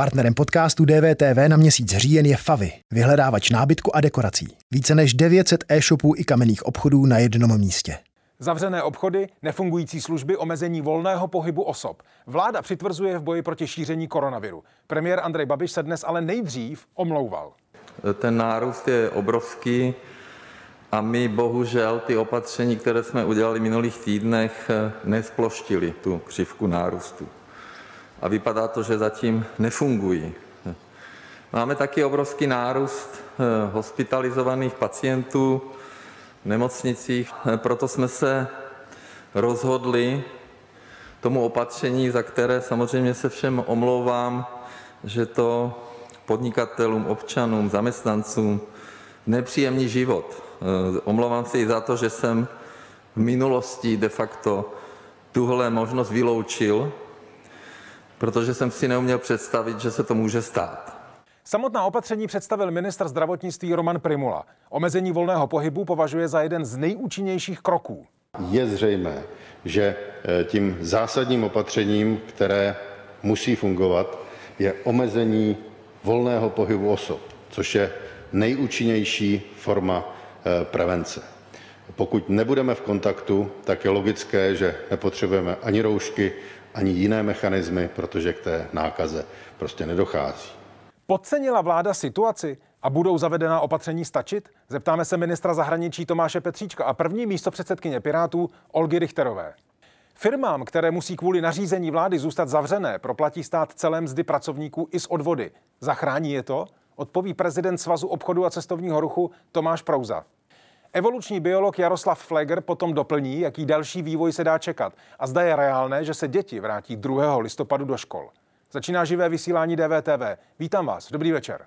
Partnerem podcastu DVTV na měsíc říjen je Favy, vyhledávač nábytku a dekorací. Více než 900 e-shopů i kamenných obchodů na jednom místě. Zavřené obchody, nefungující služby, omezení volného pohybu osob. Vláda přitvrzuje v boji proti šíření koronaviru. Premiér Andrej Babiš se dnes ale nejdřív omlouval. Ten nárůst je obrovský a my bohužel ty opatření, které jsme udělali v minulých týdnech, nesploštili tu křivku nárůstu. A vypadá to, že zatím nefungují. Máme taky obrovský nárůst hospitalizovaných pacientů v nemocnicích, proto jsme se rozhodli tomu opatření, za které samozřejmě se všem omlouvám, že to podnikatelům, občanům, zaměstnancům nepříjemný život. Omlouvám se i za to, že jsem v minulosti de facto tuhle možnost vyloučil, protože jsem si neuměl představit, že se to může stát. Samotná opatření představil ministr zdravotnictví Roman Prymula. Omezení volného pohybu považuje za jeden z nejúčinnějších kroků. Je zřejmé, že tím zásadním opatřením, které musí fungovat, je omezení volného pohybu osob, což je nejúčinnější forma prevence. Pokud nebudeme v kontaktu, tak je logické, že nepotřebujeme ani roušky, ani jiné mechanismy, protože k té nákaze prostě nedochází. Podcenila vláda situaci a budou zavedená opatření stačit? Zeptáme se ministra zahraničí Tomáše Petříčka a první místopředsedkyně Pirátů Olgy Richterové. Firmám, které musí kvůli nařízení vlády zůstat zavřené, proplatí stát celé mzdy pracovníků i s odvody. Zachrání je to? Odpoví prezident Svazu obchodu a cestovního ruchu Tomáš Prouza. Evoluční biolog Jaroslav Pfleger potom doplní, jaký další vývoj se dá čekat a zda je reálné, že se děti vrátí 2. listopadu do škol. Začíná živé vysílání DVTV. Vítám vás. Dobrý večer.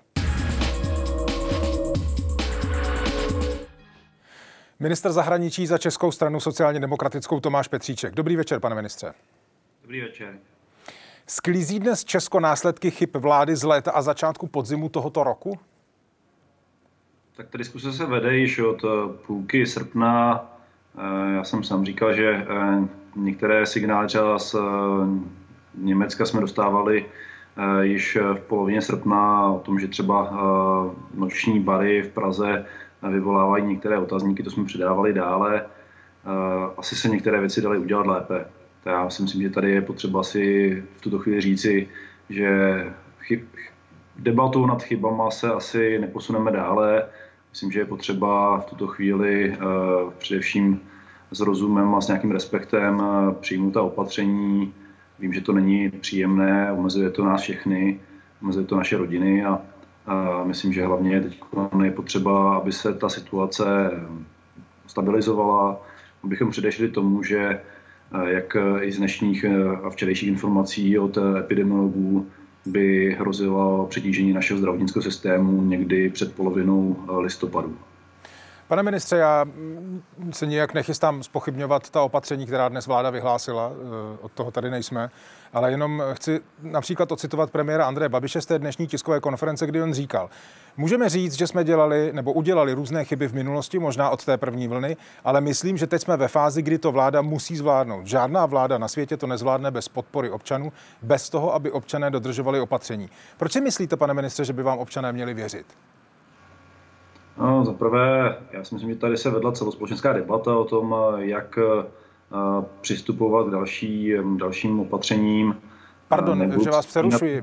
Ministr zahraničí za Českou stranu sociálně demokratickou Tomáš Petříček. Dobrý večer, pane ministře. Dobrý večer. Sklízí dnes Česko následky chyb vlády z léta a začátku podzimu tohoto roku? Tak ta diskuse se vede již od půlky srpna. Já jsem sám říkal, že některé signály třeba z Německa jsme dostávali již v polovině srpna o tom, že třeba noční bary v Praze vyvolávají některé otazníky, to jsme předávali dále. Asi se některé věci daly udělat lépe. Já si myslím, že tady je potřeba si v tuto chvíli říci, že debatou nad chybama se asi neposuneme dále. Myslím, že je potřeba v tuto chvíli především s rozumem a s nějakým respektem přijmout ta opatření. Vím, že to není příjemné, omezuje to nás všechny, omezuje to naše rodiny a myslím, že hlavně teď je potřeba, aby se ta situace stabilizovala, abychom předešli tomu, že jak i z dnešních a včerejších informací od epidemiologů by hrozilo přetížení našeho zdravotnického systému někdy před polovinou listopadu. Pane ministře, já se nijak nechystám zpochybňovat ta opatření, která dnes vláda vyhlásila, od toho tady nejsme, ale jenom chci například ocitovat premiéra Andreje Babiše z té dnešní tiskové konference, kdy on říkal: můžeme říct, že jsme dělali nebo udělali různé chyby v minulosti, možná od té první vlny, ale myslím, že teď jsme ve fázi, kdy to vláda musí zvládnout. Žádná vláda na světě to nezvládne bez podpory občanů, bez toho, aby občané dodržovali opatření. Proč si myslíte, pane ministře, že by vám občané měli věřit? No, zaprvé, já si myslím, že tady se vedla celospolečenská debata o tom, jak přistupovat k dalším opatřením. Pardon, že vás přerušuji.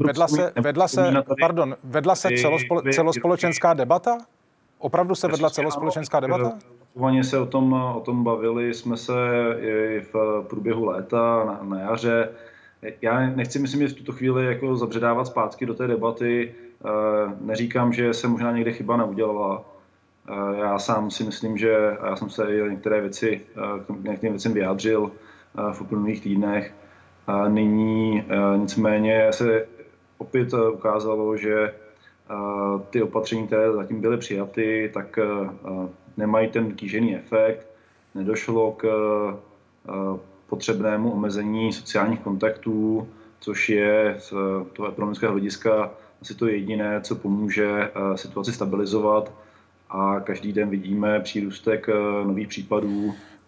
Vedla se celospolečenská debata? Opravdu se vedla celospolečenská debata? Opakovaně se o tom bavili jsme se i v průběhu léta, na jaře. Já nechci, myslím, že v tuto chvíli jako zabředávat zpátky do té debaty. Neříkám, že se možná někde chyba neudělala. Já sám si myslím, že já jsem se i k některým věcem vyjádřil v uplynulých týdnech. Nyní nicméně se opět ukázalo, že ty opatření, které zatím byly přijaty, tak nemají ten kýžený efekt. Nedošlo k potřebnému omezení sociálních kontaktů, což je z toho ekonomického hlediska asi to jediné, co pomůže situaci stabilizovat. A každý den vidíme přírůstek nových případů.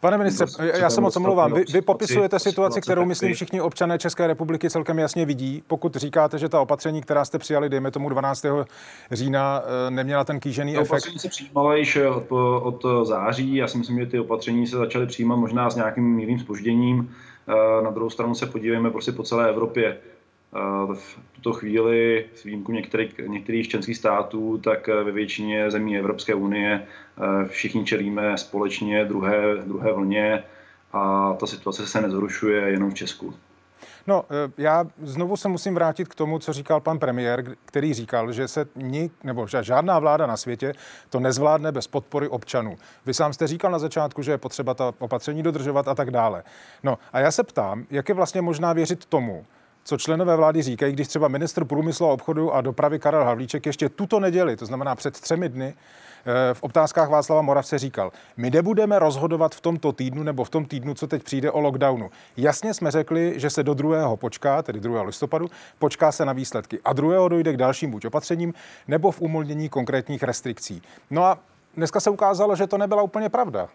Pane ministře, já se moc omlouvám. Vy popisujete situaci, kterou, myslím, všichni občané České republiky celkem jasně vidí. Pokud říkáte, že ta opatření, která jste přijali, dejme tomu 12. října, neměla ten kýžený efekt. Opatření se přijímala již od září. Já si myslím, že ty opatření se začaly přijímat možná s nějakým mírným zpožděním. Na druhou stranu se podívejme prostě po celé Evropě. V tuto chvíli s výjimkou některých členských států, tak ve většině zemí Evropské unie všichni čelíme společně druhé vlně a ta situace se nezhoršuje jenom v Česku. No, já znovu se musím vrátit k tomu, co říkal pan premiér, který říkal, že že žádná vláda na světě to nezvládne bez podpory občanů. Vy sám jste říkal na začátku, že je potřeba ta opatření dodržovat a tak dále. No a já se ptám, jak je vlastně možná věřit tomu, co členové vlády říkají, když třeba ministr průmyslu a obchodu a dopravy Karel Havlíček ještě tuto neděli, to znamená před 3 dny, v Otázkách Václava Moravce říkal, my nebudeme rozhodovat v tomto týdnu nebo v tom týdnu, co teď přijde, o lockdownu. Jasně jsme řekli, že se do 2. počká, tedy 2. listopadu, počká se na výsledky a 2. dojde k dalším buď opatřením nebo v uvolnění konkrétních restrikcí. No a dneska se ukázalo, že to nebyla úplně pravda.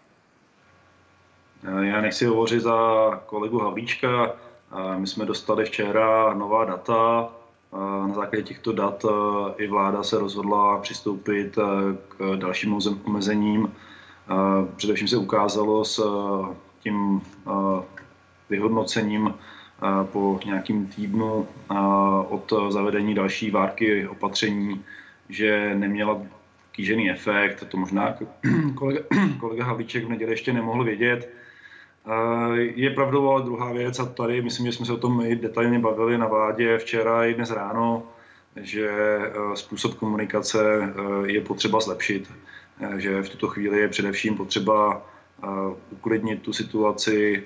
Já nechci hovořit za kolegu Havlíčka. My jsme dostali včera nová data. Na základě těchto dat i vláda se rozhodla přistoupit k dalším omezením. Především se ukázalo s tím vyhodnocením po nějakým týdnu od zavedení další várky opatření, že neměla kýžený efekt. To možná kolega Havlíček v neděli ještě nemohl vědět. Je pravdou, ale druhá věc, a tady myslím, že jsme se o tom i detailně bavili na vládě včera i dnes ráno, že způsob komunikace je potřeba zlepšit. Že v tuto chvíli je především potřeba uklidnit tu situaci,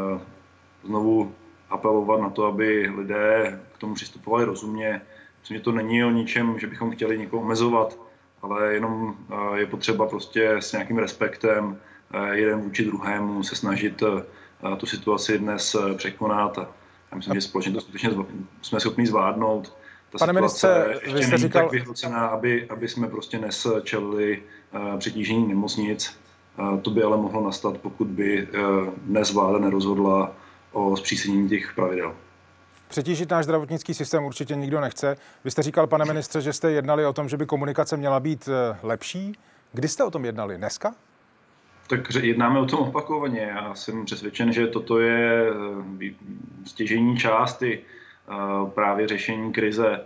znovu apelovat na to, aby lidé k tomu přistupovali rozumně. Myslím, že to není o ničem, že bychom chtěli někoho omezovat, ale jenom je potřeba prostě s nějakým respektem jeden vůči druhému se snažit tu situaci dnes překonat. Já myslím, že společně to skutečně jsme schopni zvládnout. Ta Pane ministře, vy jste říkal... tak vyhrocená, aby jsme prostě dnes čelili přetížení nemocnic. To by ale mohlo nastat, pokud by dnes vláda nerozhodla o zpřísnění těch pravidel. Přetížit náš zdravotnický systém určitě nikdo nechce. Vy jste říkal, pane ministře, že jste jednali o tom, že by komunikace měla být lepší. Kdy jste o tom jednali? Dneska? Tak jednáme o tom opakovaně. Já jsem přesvědčen, že toto je stěžejní části právě řešení krize.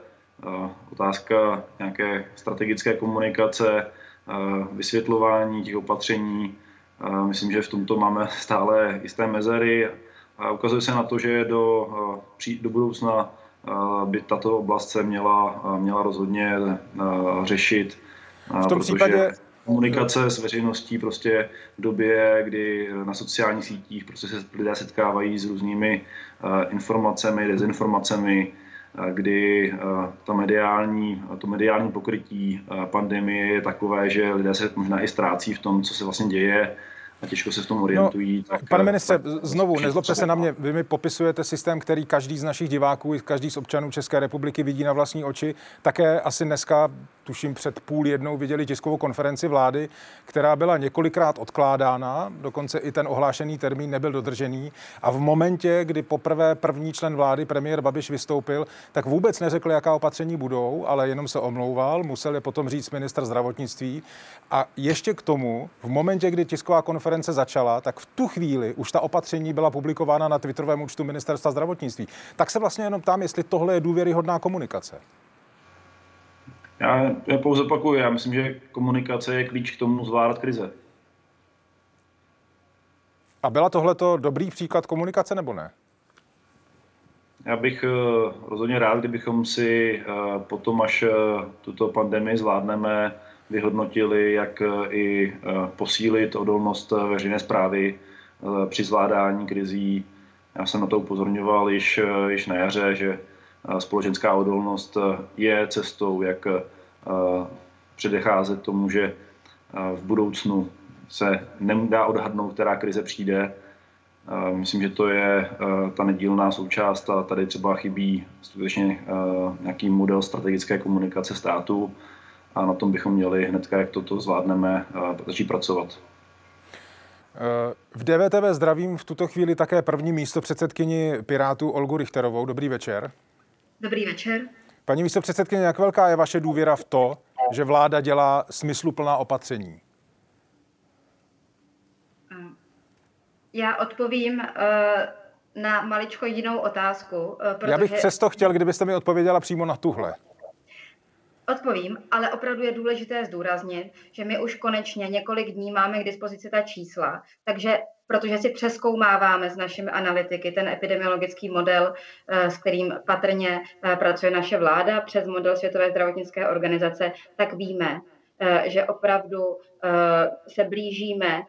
Otázka nějaké strategické komunikace, vysvětlování těch opatření. Myslím, že v tomto máme stále jisté mezery a ukazuje se na to, že do budoucna by tato oblast se měla rozhodně řešit. V tom případě komunikace s veřejností prostě v době, kdy na sociálních sítích prostě se lidé setkávají s různými informacemi, dezinformacemi, kdy to mediální pokrytí pandemie je takové, že lidé se možná i ztrácí v tom, co se vlastně děje a těžko se v tom orientují. No, pane ministře, znovu, nezlobte se na mě, vy mi popisujete systém, který každý z našich diváků, každý z občanů České republiky vidí na vlastní oči. Také asi dneska, tuším před 12:30, viděli tiskovou konferenci vlády, která byla několikrát odkládána, dokonce i ten ohlášený termín nebyl dodržený. A v momentě, kdy poprvé první člen vlády, premiér Babiš, vystoupil, tak vůbec neřekl, jaká opatření budou, ale jenom se omlouval, musel je potom říct ministr zdravotnictví. A ještě k tomu, v momentě, kdy tisková konference začala, tak v tu chvíli už ta opatření byla publikována na twitterovém účtu ministerstva zdravotnictví. Tak se vlastně jenom ptám, jestli tohle je důvěryhodná komunikace. Já pouze opakuju, já myslím, že komunikace je klíč k tomu zvládat krize. A byla tohleto dobrý příklad komunikace, nebo ne? Já bych rozhodně rád, kdybychom si potom, až tuto pandemii zvládneme, vyhodnotili, jak i posílit odolnost veřejné správy při zvládání krizí. Já jsem na to upozorňoval již na jaře, že společenská odolnost je cestou, jak předecházet tomu, že v budoucnu se nedá odhadnout, která krize přijde. Myslím, že to je ta nedílná součást a tady třeba chybí skutečně nějaký model strategické komunikace státu a na tom bychom měli hned, jak toto zvládneme, začít pracovat. V DVTV zdravím v tuto chvíli také první místopředsedkyni Pirátů Olgu Richterovou. Dobrý večer. Dobrý večer. Paní místopředsedkyně, jak velká je vaše důvěra v to, že vláda dělá smysluplná opatření? Já odpovím na maličko jinou otázku. Já bych přesto chtěl, kdybyste mi odpověděla přímo na tuhle. Odpovím, ale opravdu je důležité zdůraznit, že my už konečně několik dní máme k dispozici ta čísla, takže protože si přezkoumáváme s našimi analytiky ten epidemiologický model, s kterým patrně pracuje naše vláda přes model Světové zdravotnické organizace, tak víme, že opravdu se blížíme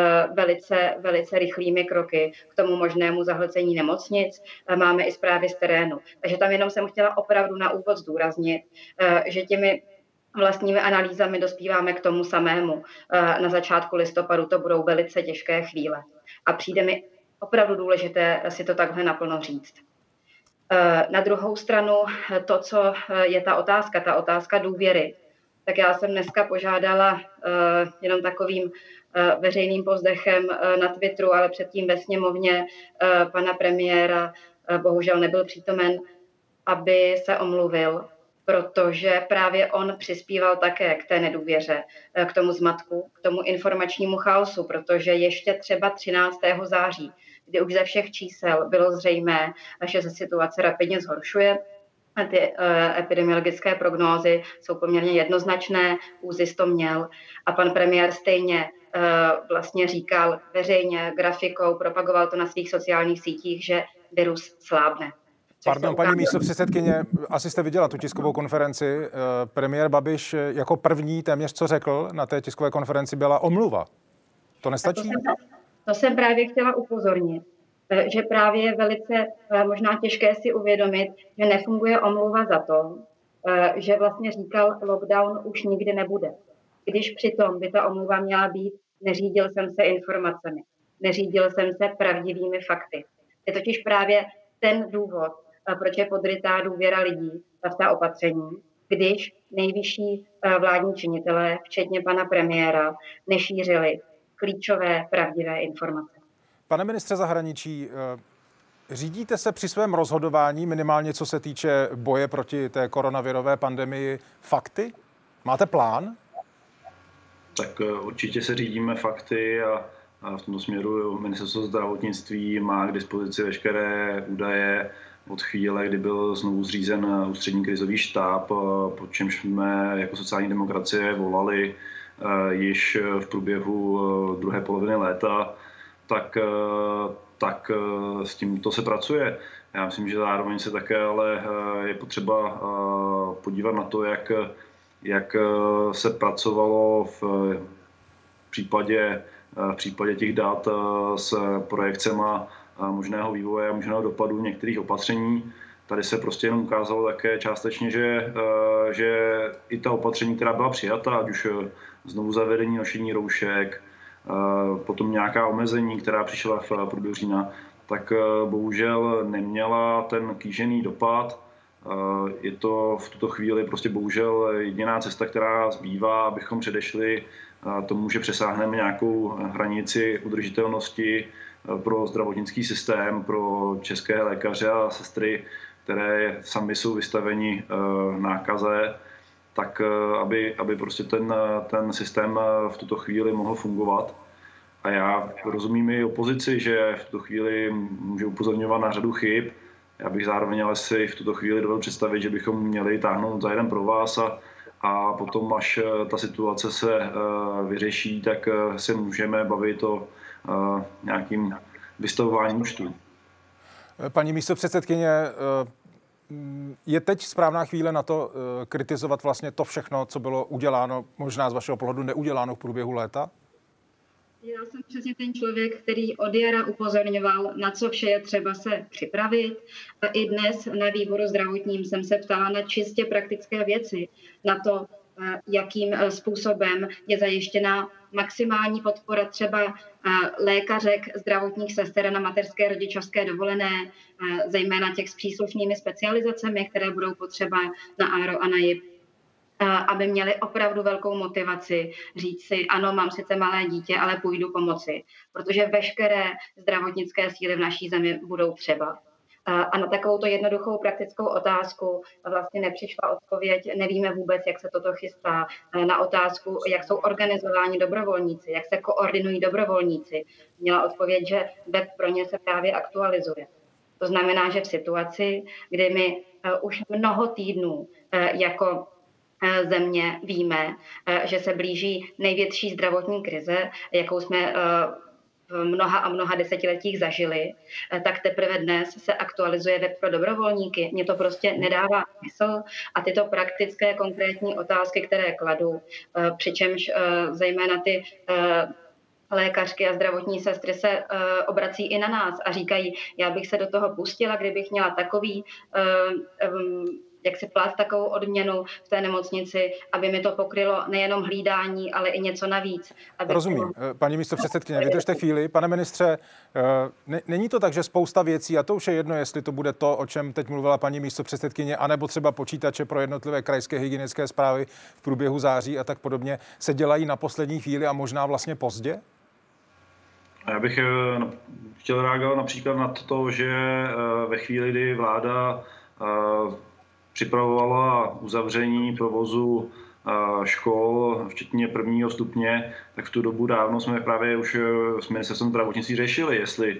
velice rychlými kroky k tomu možnému zahlcení nemocnic. Máme i zprávy z terénu. Takže tam jenom jsem chtěla opravdu na úvod zdůraznit, že těmi vlastními analýzami dospíváme k tomu samému. Na začátku listopadu to budou velice těžké chvíle. A přijde mi opravdu důležité si to takhle naplno říct. Na druhou stranu to, co je ta otázka důvěry, tak já jsem dneska požádala jenom takovým veřejným povzdechem na Twitteru, ale předtím ve sněmovně pana premiéra, bohužel nebyl přítomen, aby se omluvil, protože právě on přispíval také k té nedůvěře, k tomu zmatku, k tomu informačnímu chaosu, protože ještě třeba 13. září, kdy už ze všech čísel bylo zřejmé, že se situace rapidně zhoršuje, ty epidemiologické prognózy jsou poměrně jednoznačné, ÚZIS to měl a pan premiér stejně vlastně říkal veřejně, grafikou, propagoval to na svých sociálních sítích, že virus slábne. Pardon, paní místopředsedkyně, asi jste viděla tu tiskovou konferenci. Premiér Babiš jako první téměř co řekl na té tiskové konferenci byla omluva. To nestačí? To jsem právě chtěla upozornit, že právě je velice možná těžké si uvědomit, že nefunguje omluva za to, že vlastně říkal, lockdown už nikdy nebude. Když přitom by ta omluva měla být, neřídil jsem se informacemi, neřídil jsem se pravdivými fakty. Je totiž právě ten důvod, proč je podrytá důvěra lidí v ta opatření, když nejvyšší vládní činitelé, včetně pana premiéra, nešířili klíčové pravdivé informace. Pane ministře zahraničí, řídíte se při svém rozhodování, minimálně co se týče boje proti té koronavirové pandemii, fakty? Máte plán? Tak určitě se řídíme fakty a v tomto směru ministerstvo zdravotnictví má k dispozici veškeré údaje od chvíle, kdy byl znovu zřízen ústřední krizový štáb, po čemž jsme jako sociální demokracie volali již v průběhu druhé poloviny léta, tak s tímto se pracuje. Já myslím, že zároveň se také ale je potřeba podívat na to, jak se pracovalo v případě těch dat s projekcema možného vývoje a možného dopadu některých opatření. Tady se prostě jenom ukázalo také částečně, že i ta opatření, která byla přijata, ať už znovu zavedení nošení roušek, potom nějaká omezení, která přišla v průběhu října, tak bohužel neměla ten kýžený dopad. Je to v tuto chvíli prostě bohužel jediná cesta, která zbývá, abychom předešli tomu, že přesáhneme nějakou hranici udržitelnosti pro zdravotnický systém, pro české lékaře a sestry, které sami jsou vystaveni nákaze, tak aby prostě ten systém v tuto chvíli mohl fungovat. A já rozumím i opozici, že v tuto chvíli může upozorňovat na řadu chyb. Já bych zároveň ale si v tuto chvíli dovedl představit, že bychom měli táhnout za jeden provaz a potom, až ta situace se vyřeší, tak se můžeme bavit o nějakým vystavování účtů. Paní místopředsedkyně, je teď správná chvíle na to kritizovat vlastně to všechno, co bylo uděláno, možná z vašeho pohledu neuděláno v průběhu léta? Já jsem přesně ten člověk, který od jara upozorňoval, na co vše je třeba se připravit. A i dnes na výboru zdravotním jsem se ptala na čistě praktické věci, na to, jakým způsobem je zajištěna maximální podpora třeba lékařek, zdravotních sester na mateřské rodičovské dovolené, zejména těch s příslušnými specializacemi, které budou potřeba na ARO a na JIP. aby měli opravdu velkou motivaci říct si, ano, mám sice malé dítě, ale půjdu pomoci, protože veškeré zdravotnické síly v naší zemi budou třeba. A na takovouto jednoduchou praktickou otázku vlastně nepřišla odpověď, nevíme vůbec, jak se toto chystá. Na otázku, jak jsou organizováni dobrovolníci, jak se koordinují dobrovolníci, měla odpověď, že web pro ně se právě aktualizuje. To znamená, že v situaci, kdy my už mnoho týdnů jako země víme, že se blíží největší zdravotní krize, jakou jsme v mnoha a mnoha desetiletích zažili, tak teprve dnes se aktualizuje web pro dobrovolníky. Mně to prostě nedává smysl a tyto praktické konkrétní otázky, které kladu, přičemž zejména ty lékařky a zdravotní sestry se obrací i na nás a říkají, já bych se do toho pustila, kdybych měla takový jak si plát takovou odměnu v té nemocnici, aby mi to pokrylo nejenom hlídání, ale i něco navíc. Rozumím. Paní místopředsedkyně, vydržte chvíli. Pane ministře, není to tak, že spousta věcí, a to už je jedno, jestli to bude to, o čem teď mluvila paní místopředsedkyně, anebo třeba počítače pro jednotlivé krajské hygienické správy v průběhu září a tak podobně, se dělají na poslední chvíli a možná vlastně pozdě? Já bych chtěl reagovat například na to, že ve chvíli, kdy vláda připravovala uzavření provozu škol, včetně 1. stupně, tak v tu dobu dávno jsme právě už s ministerstvem zdravotnictví řešili, jestli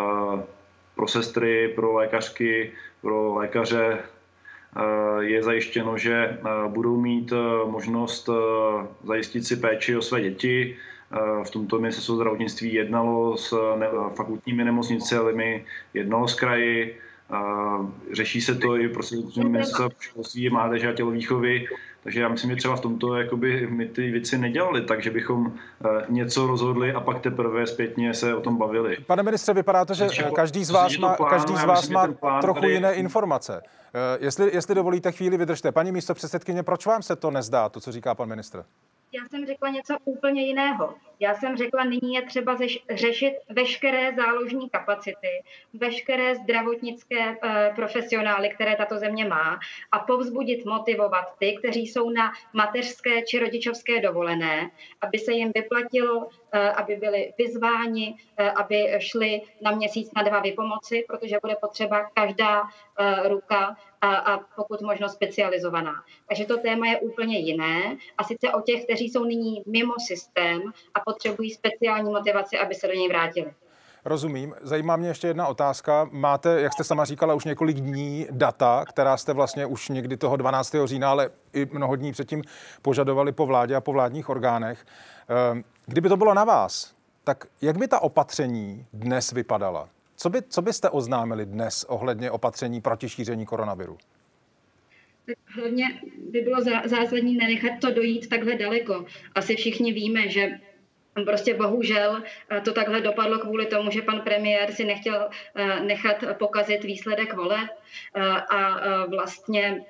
pro sestry, pro lékařky, pro lékaře je zajištěno, že budou mít možnost zajistit si péči o své děti. V tomto ministerstvo zdravotnictví jednalo s fakultními nemocnicemi, jednalo s kraji. Řeší se to i prostřednictvím ministerstva školství, mládeže a tělovýchovy, takže já myslím, že třeba v tomto jakoby my ty věci nedělali, takže bychom něco rozhodli a pak teprve zpětně se o tom bavili. Pane ministře, vypadá to, že každý z vás má trochu jiné informace. Jestli dovolíte chvíli, vydržte. Paní místopředsedkyně, proč vám se to nezdá, to, co říká pan ministr? Já jsem řekla něco úplně jiného. Já jsem řekla, nyní je třeba řešit veškeré záložní kapacity, veškeré zdravotnické profesionály, které tato země má, a povzbudit, motivovat ty, kteří jsou na mateřské či rodičovské dovolené, aby se jim vyplatilo, aby byli vyzváni, aby šli na měsíc, na 2 vypomoci, protože bude potřeba každá ruka a pokud možno specializovaná. Takže to téma je úplně jiné, a sice o těch, kteří jsou nyní mimo systém a potřebují speciální motivaci, aby se do něj vrátili. Rozumím. Zajímá mě ještě jedna otázka. Máte, jak jste sama říkala, už několik dní data, která jste vlastně už někdy toho 12. října, ale i mnoho dní předtím požadovali po vládě a po vládních orgánech. Kdyby to bylo na vás, tak jak by ta opatření dnes vypadala? Co byste oznámili dnes ohledně opatření proti šíření koronaviru? Hlavně by bylo zásadní nenechat to dojít takhle daleko. Asi všichni víme, že prostě bohužel to takhle dopadlo kvůli tomu, že pan premiér si nechtěl nechat pokazit výsledek voleb a vlastně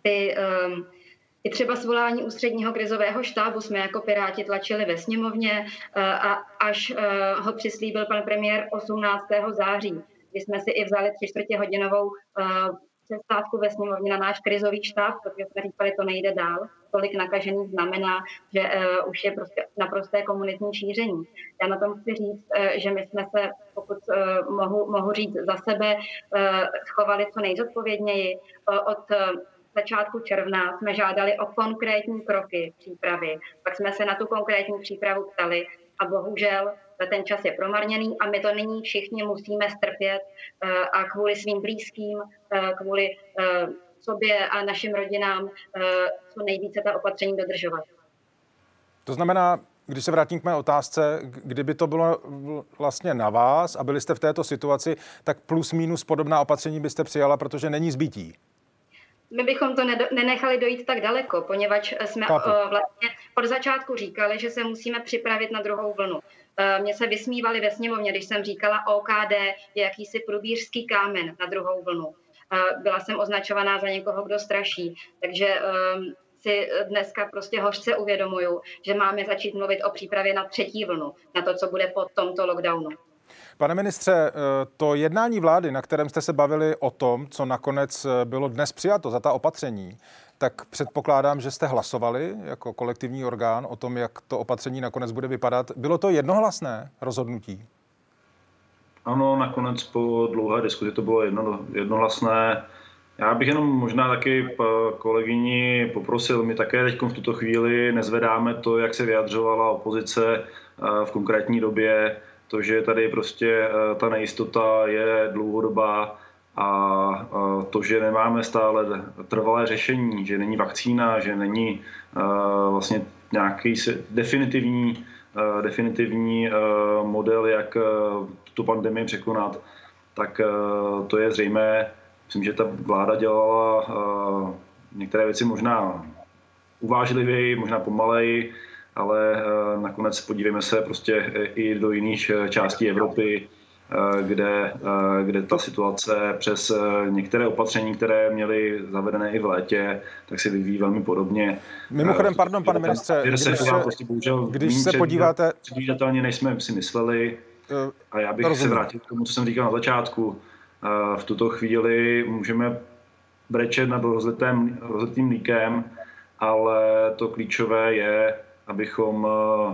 i třeba svolání ústředního krizového štábu jsme jako Piráti tlačili ve sněmovně a až ho přislíbil pan premiér 18. září, kdy jsme si i vzali 3/4hodinovou přestávku ve sněmovně na náš krizový štáb, protože jsme říkali, to nejde dál. Tolik nakažených znamená, že už je prostě naprosté komunitní šíření. Já na tom chci říct, že my jsme se, pokud mohu říct za sebe, chovali co nejzodpovědněji. Od začátku června jsme žádali o konkrétní kroky přípravy, pak jsme se na tu konkrétní přípravu ptali a bohužel ten čas je promarněný a my to nyní všichni musíme strpět a kvůli svým blízkým, kvůli sobě a našim rodinám co nejvíce ta opatření dodržovat. To znamená, když se vrátím k mé otázce, kdyby to bylo vlastně na vás a byli jste v této situaci, tak plus minus podobná opatření byste přijala, protože není zbytí. My bychom to nenechali dojít tak daleko, poněvadž jsme vlastně od začátku říkali, že se musíme připravit na druhou vlnu. Mě se vysmívali ve sněmovně, když jsem říkala OKD je jakýsi průbířský kámen na druhou vlnu. Byla jsem označovaná za někoho, kdo straší, takže si dneska prostě hořce uvědomuju, že máme začít mluvit o přípravě na 3. vlnu, na to, co bude po tomto lockdownu. Pane ministře, to jednání vlády, na kterém jste se bavili o tom, co nakonec bylo dnes přijato za ta opatření, tak předpokládám, že jste hlasovali jako kolektivní orgán o tom, jak to opatření nakonec bude vypadat. Bylo to jednohlasné rozhodnutí? Ano, nakonec po dlouhé diskuzi to bylo jednohlasné. Já bych jenom možná taky kolegyni poprosil, my také teď v tuto chvíli nezvedáme to, jak se vyjadřovala opozice v konkrétní době, to, že tady prostě ta nejistota je dlouhodobá a to, že nemáme stále trvalé řešení, že není vakcína, že není vlastně nějaký definitivní model, jak tu pandemii překonat, tak to je zřejmé. Myslím, že ta vláda dělala některé věci možná uvážlivěji, možná pomaleji, ale nakonec podívejme se prostě i do jiných částí Evropy, kde ta situace přes některé opatření, které měly zavedené i v létě, tak se vyvíjí velmi podobně. Mimochodem, pardon, pane ministře, když se podíváte... Předvídatelně, než jsme si mysleli, a já bych se vrátil k tomu, co jsem říkal na začátku. V tuto chvíli můžeme brečet nad rozletým mlíkem, ale to klíčové je, abychom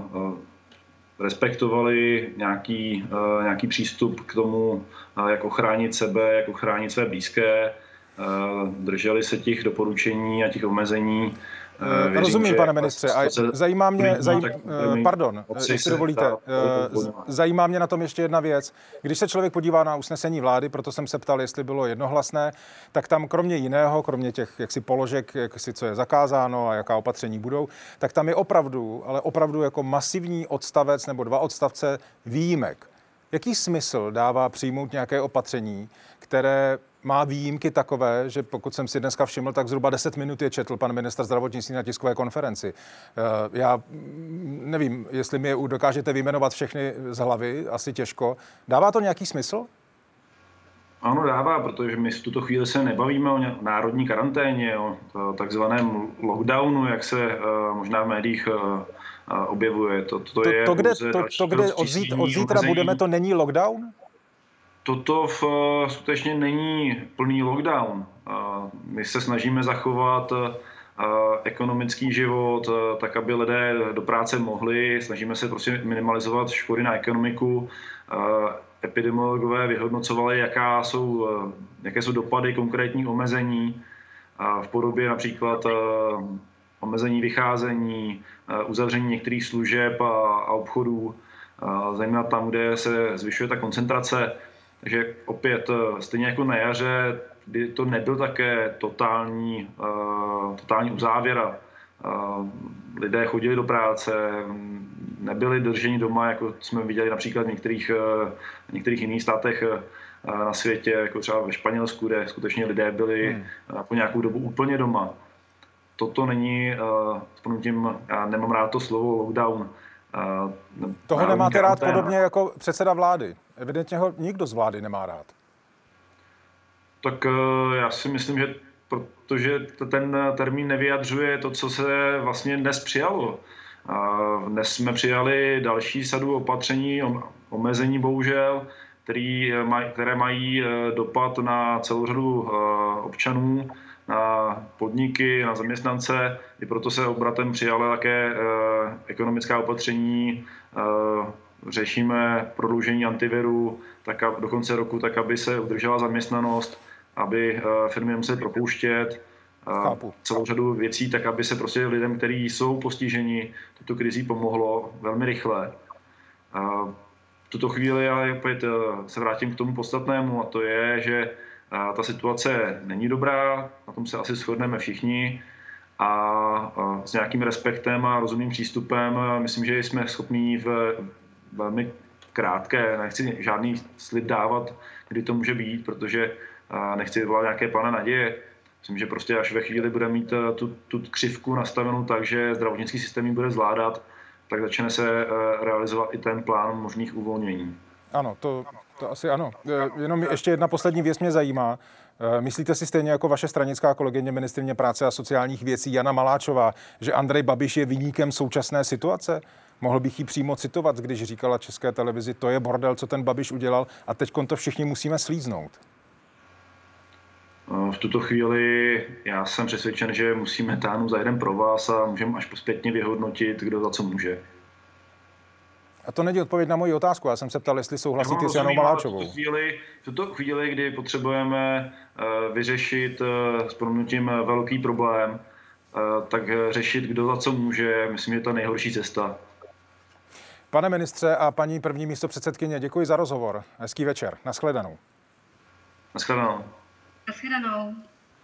respektovali nějaký přístup k tomu, jak ochránit sebe, jak ochránit své blízké, drželi se těch doporučení a těch omezení. Rozumím, pane ministře, a zajímá mě, pardon, jestli dovolíte, zajímá mě na tom ještě jedna věc. Když se člověk podívá na usnesení vlády, proto jsem se ptal, jestli bylo jednohlasné, tak tam kromě jiného, kromě těch jaksi položek, co je zakázáno a jaká opatření budou, tak tam je opravdu, ale opravdu jako masivní odstavec nebo 2 odstavce výjimek. Jaký smysl dává přijmout nějaké opatření, které má výjimky takové, že pokud jsem si dneska všiml, tak zhruba 10 minut je četl pan ministr zdravotnictví na tiskové konferenci. Já nevím, jestli mi dokážete vyjmenovat všechny z hlavy, asi těžko. Dává to nějaký smysl? Ano, dává, protože my v tuto chvíli se nebavíme o národní karanténě, o takzvaném lockdownu, jak se možná v médiích objevuje. To, kde od zítra budeme, to není lockdown? Toto skutečně není plný lockdown. My se snažíme zachovat ekonomický život, tak aby lidé do práce mohli. Snažíme se prostě minimalizovat škody na ekonomiku. Epidemiologové vyhodnocovali, jaké jsou dopady konkrétních omezení v podobě například omezení vycházení, uzavření některých služeb a obchodů, zejména tam, kde se zvyšuje ta koncentrace. Takže opět, stejně jako na jaře, kdy to nebyl také totální uzávěra. Lidé chodili do práce, nebyli drženi doma, jako jsme viděli například v některých jiných státech na světě, jako třeba ve Španělsku, kde skutečně lidé byli po nějakou dobu úplně doma. Toto není, já nemám rád to slovo lockdown. Toho nemáte rád podobně jako předseda vlády. Evidentně ho nikdo z vlády nemá rád. Tak já si myslím, že protože ten termín nevyjadřuje to, co se vlastně dnes přijalo. Dnes jsme přijali další sadu opatření, omezení bohužel, které mají dopad na celou řadu občanů, na podniky, na zaměstnance. I proto se obratem přijala také ekonomická opatření. Řešíme prodloužení antiviru do konce roku, tak aby se udržela zaměstnanost, aby firmy nemusely propouštět. Celou řadu věcí, tak aby se prostě lidem, kteří jsou postiženi, tuto krizi pomohlo velmi rychle. V tuto chvíli ale opět se vrátím k tomu podstatnému, a to je, že ta situace není dobrá, na tom se asi shodneme všichni, a s nějakým respektem a rozumným přístupem myslím, že jsme schopní v velmi krátké, nechci žádný slib dávat, kdy to může být, protože nechci vyvolat nějaké plané naděje. Myslím, že prostě až ve chvíli bude mít tu křivku nastavenou tak, že zdravotnický systém ji bude zvládat, tak začne se realizovat i ten plán možných uvolnění. Ano, to asi ano. Jenom ještě jedna poslední věc mě zajímá. Myslíte si stejně jako vaše stranická kolegyně ministryně práce a sociálních věcí Jana Maláčová, že Andrej Babiš je viníkem současné situace? Mohl bych jí přímo citovat, když říkala České televizi, to je bordel, co ten Babiš udělal a teďkon to všichni musíme slíznout. V tuto chvíli já jsem přesvědčen, že musíme táhnout za jeden provaz a můžeme až zpětně vyhodnotit, kdo za co může. A to není odpověď na moji otázku. Já jsem se ptal, jestli souhlasíte s Janou Maláčovou. V tuto chvíli, kdy potřebujeme vyřešit s prominutím velký problém, tak řešit, kdo za co může, myslím, že je ta nejhorší cesta. Pane ministře a paní první místopředsedkyně, děkuji za rozhovor. Hezký večer. Naschledanou. Naschledanou. Naschledanou.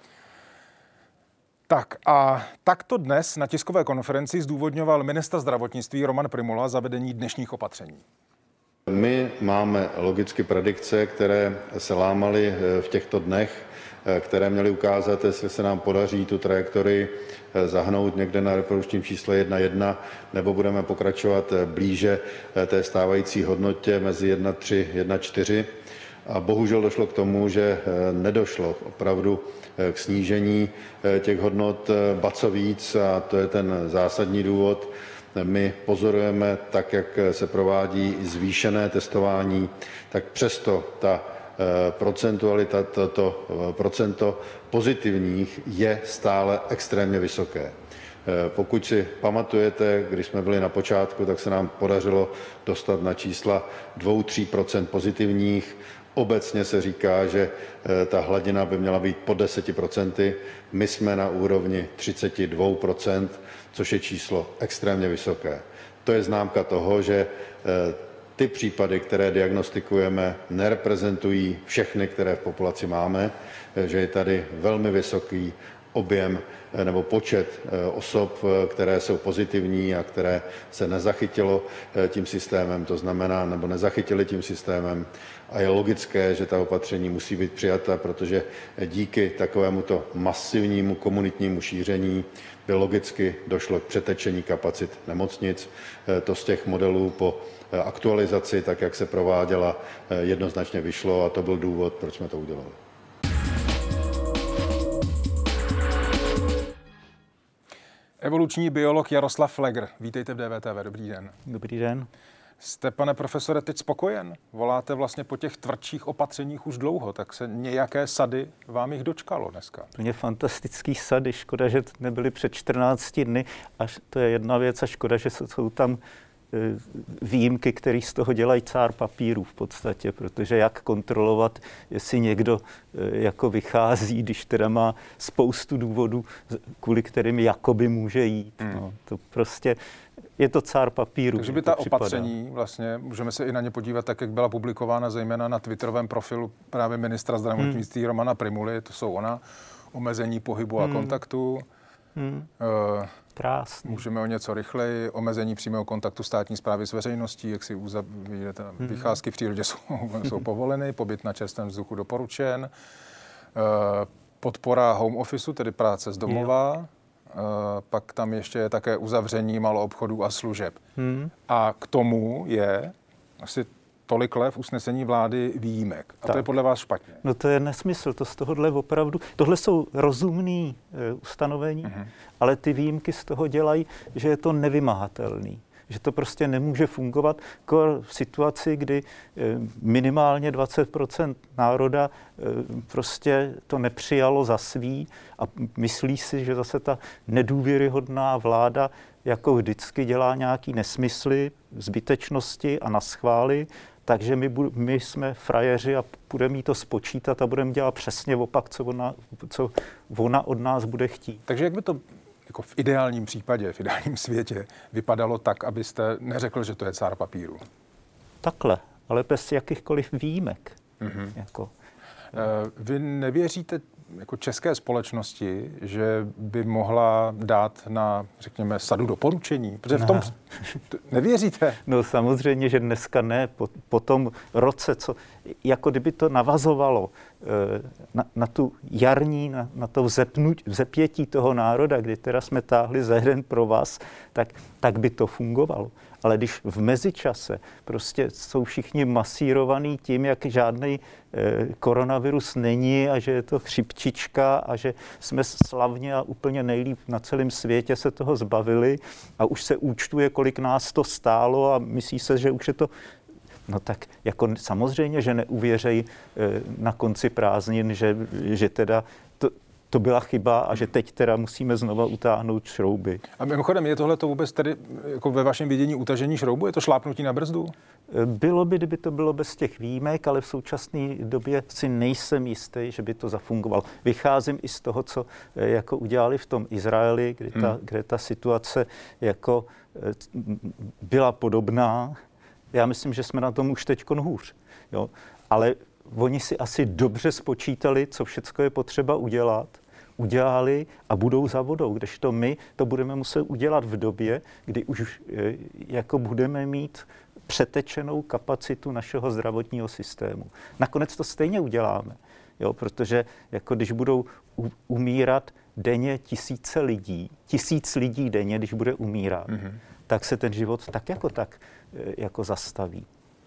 Tak a takto dnes na tiskové konferenci zdůvodňoval ministr zdravotnictví Roman Prymula zavedení dnešních opatření. My máme logicky predikce, které se lámaly v těchto dnech, které měly ukázat, jestli se nám podaří tu trajektorii zahnout někde na reprodukčním čísle 1,1, nebo budeme pokračovat blíže té stávající hodnotě mezi 1,3 a 1,4. A bohužel došlo k tomu, že nedošlo opravdu k snížení těch hodnot, ba co víc, a to je ten zásadní důvod. My pozorujeme, tak jak se provádí zvýšené testování, tak přesto ta procentualita, to procento pozitivních je stále extrémně vysoké. Pokud si pamatujete, když jsme byli na počátku, tak se nám podařilo dostat na čísla 2-3% pozitivních. Obecně se říká, že ta hladina by měla být pod 10%. My jsme na úrovni 32%, což je číslo extrémně vysoké. To je známka toho, že ty případy, které diagnostikujeme, nereprezentují všechny, které v populaci máme, že je tady velmi vysoký objem nebo počet osob, které jsou pozitivní a které se nezachytilo tím systémem, to znamená, nebo nezachytili tím systémem. A je logické, že ta opatření musí být přijata, protože díky takovémuto masivnímu komunitnímu šíření by logicky došlo k přetečení kapacit nemocnic. To z těch modelů po aktualizaci, tak jak se prováděla, jednoznačně vyšlo a to byl důvod, proč jsme to udělali. Evoluční biolog Jaroslav Flegr. Vítejte v DVTV. Dobrý den. Dobrý den. Jste, pane profesore, teď spokojen? Voláte vlastně po těch tvrdších opatřeních už dlouho, tak se nějaké sady vám jich dočkalo dneska. Plně fantastický sady. Škoda, že nebyly před 14 dny. Až to je jedna věc a škoda, že jsou tam výjimky, které z toho dělají cár papíru v podstatě, protože jak kontrolovat, jestli někdo jako vychází, když teda má spoustu důvodů, kvůli kterým jakoby může jít. No, to prostě je to cár papíru. Takže by ta opatření, vlastně, můžeme se i na ně podívat, tak jak byla publikována zejména na twitterovém profilu právě ministra zdravotnictví Romana Prymuly, to jsou ona, omezení pohybu a kontaktu. Krásný. Můžeme o něco rychleji, omezení přímého kontaktu státní správy s veřejností, jak si uzavíráte, vycházky v přírodě jsou povoleny, pobyt na čerstvém vzduchu doporučen, podpora home officeu, tedy práce z domova, pak tam ještě je také uzavření maloobchodů a služeb. A k tomu je asi tolik v usnesení vlády výjimek. A tak. To je podle vás špatně. No to je nesmysl, to z tohohle opravdu, tohle jsou rozumný ustanovení, ale ty výjimky z toho dělají, že je to nevymahatelný. Že to prostě nemůže fungovat v situaci, kdy minimálně 20% národa prostě to nepřijalo za svý a myslí si, že zase ta nedůvěryhodná vláda jako vždycky dělá nějaký nesmysly, zbytečnosti a naschvály, takže my jsme frajeři a budeme jí to spočítat a budeme dělat přesně opak, co ona od nás bude chtít. Takže jak by to jako v ideálním případě, v ideálním světě vypadalo tak, abyste neřekl, že to je cár papíru? Takhle, ale bez jakýchkoliv výjimek. Jako. Vy nevěříte jako české společnosti, že by mohla dát na, řekněme, sadu doporučení? Protože v tom nevěříte? No samozřejmě, že dneska ne. Po tom roce, jako kdyby to navazovalo na tu jarní, na to vzepětí toho národa, kdy teda jsme táhli za jeden provaz, tak by to fungovalo. Ale když v mezičase prostě jsou všichni masírovaní tím, jak žádný koronavirus není a že je to chřipčička a že jsme slavně a úplně nejlíp na celém světě se toho zbavili a už se účtuje, kolik nás to stálo a myslí se, že už je to... No tak jako samozřejmě, že neuvěřejí na konci prázdnin, že teda to byla chyba a že teď teda musíme znova utáhnout šrouby. A mimochodem, je tohle to vůbec tedy jako ve vašem vidění utažení šroubu? Je to šlápnutí na brzdu? Bylo by, kdyby to bylo bez těch výjimek, ale v současné době si nejsem jistý, že by to zafungovalo. Vycházím i z toho, co jako udělali v tom Izraeli, kde ta situace jako byla podobná. Já myslím, že jsme na tom už teďkon hůř. Jo? Ale oni si asi dobře spočítali, co všecko je potřeba udělali a budou za vodou, kdežto my to budeme muset udělat v době, kdy už jako budeme mít přetečenou kapacitu našeho zdravotního systému. Nakonec to stejně uděláme, jo? Protože jako když budou umírat denně tisíc lidí denně, když bude umírat, tak se ten život tak jako zastaví.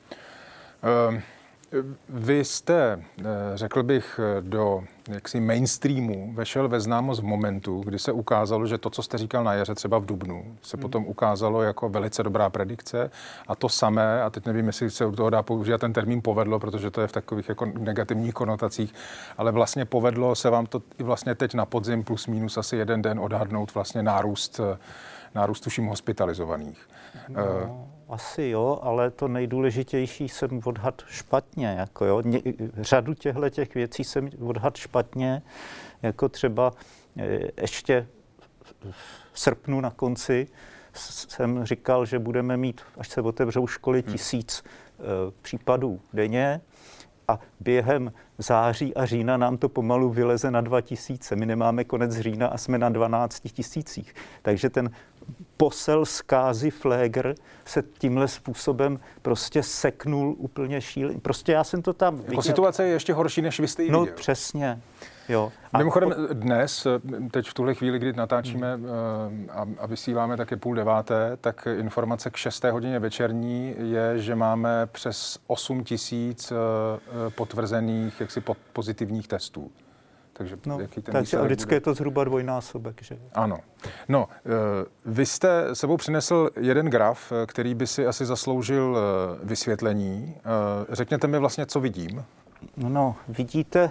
Vy jste, řekl bych, do jaksi mainstreamu vešel ve známost v momentu, kdy se ukázalo, že to, co jste říkal na jaře, třeba v dubnu, se potom ukázalo jako velice dobrá predikce a to samé, a teď nevím, jestli se u toho dá použít ten termín povedlo, protože to je v takových jako negativních konotacích, ale vlastně povedlo se vám to i vlastně teď na podzim plus minus asi jeden den odhadnout vlastně nárůst tuším hospitalizovaných. No, asi jo, ale to nejdůležitější jsem odhad špatně. Jako jo. Řadu těch věcí jsem odhad špatně, jako třeba ještě v srpnu na konci jsem říkal, že budeme mít, až se otevřou školy, 1000 případů denně a během září a října nám to pomalu vyleze na 2000. My nemáme konec října a jsme na 12 000. Takže ten posel zkázy Flegr se tímhle způsobem prostě seknul úplně šíleně. Prostě já jsem to tam viděl. Jako situace je ještě horší, než vy jste ji viděl. No přesně, jo. Mimochodem dnes, teď v tuhle chvíli, kdy natáčíme a vysíláme taky 8:30, tak informace k 6. hodině večerní je, že máme přes 8 000 potvrzených jaksi pozitivních testů. Takže jaký ten takže a vždycky bude? Je to zhruba dvojnásobek, že? Ano. No, vy jste sebou přinesl jeden graf, který by si asi zasloužil vysvětlení. Řekněte mi vlastně, co vidím. No, vidíte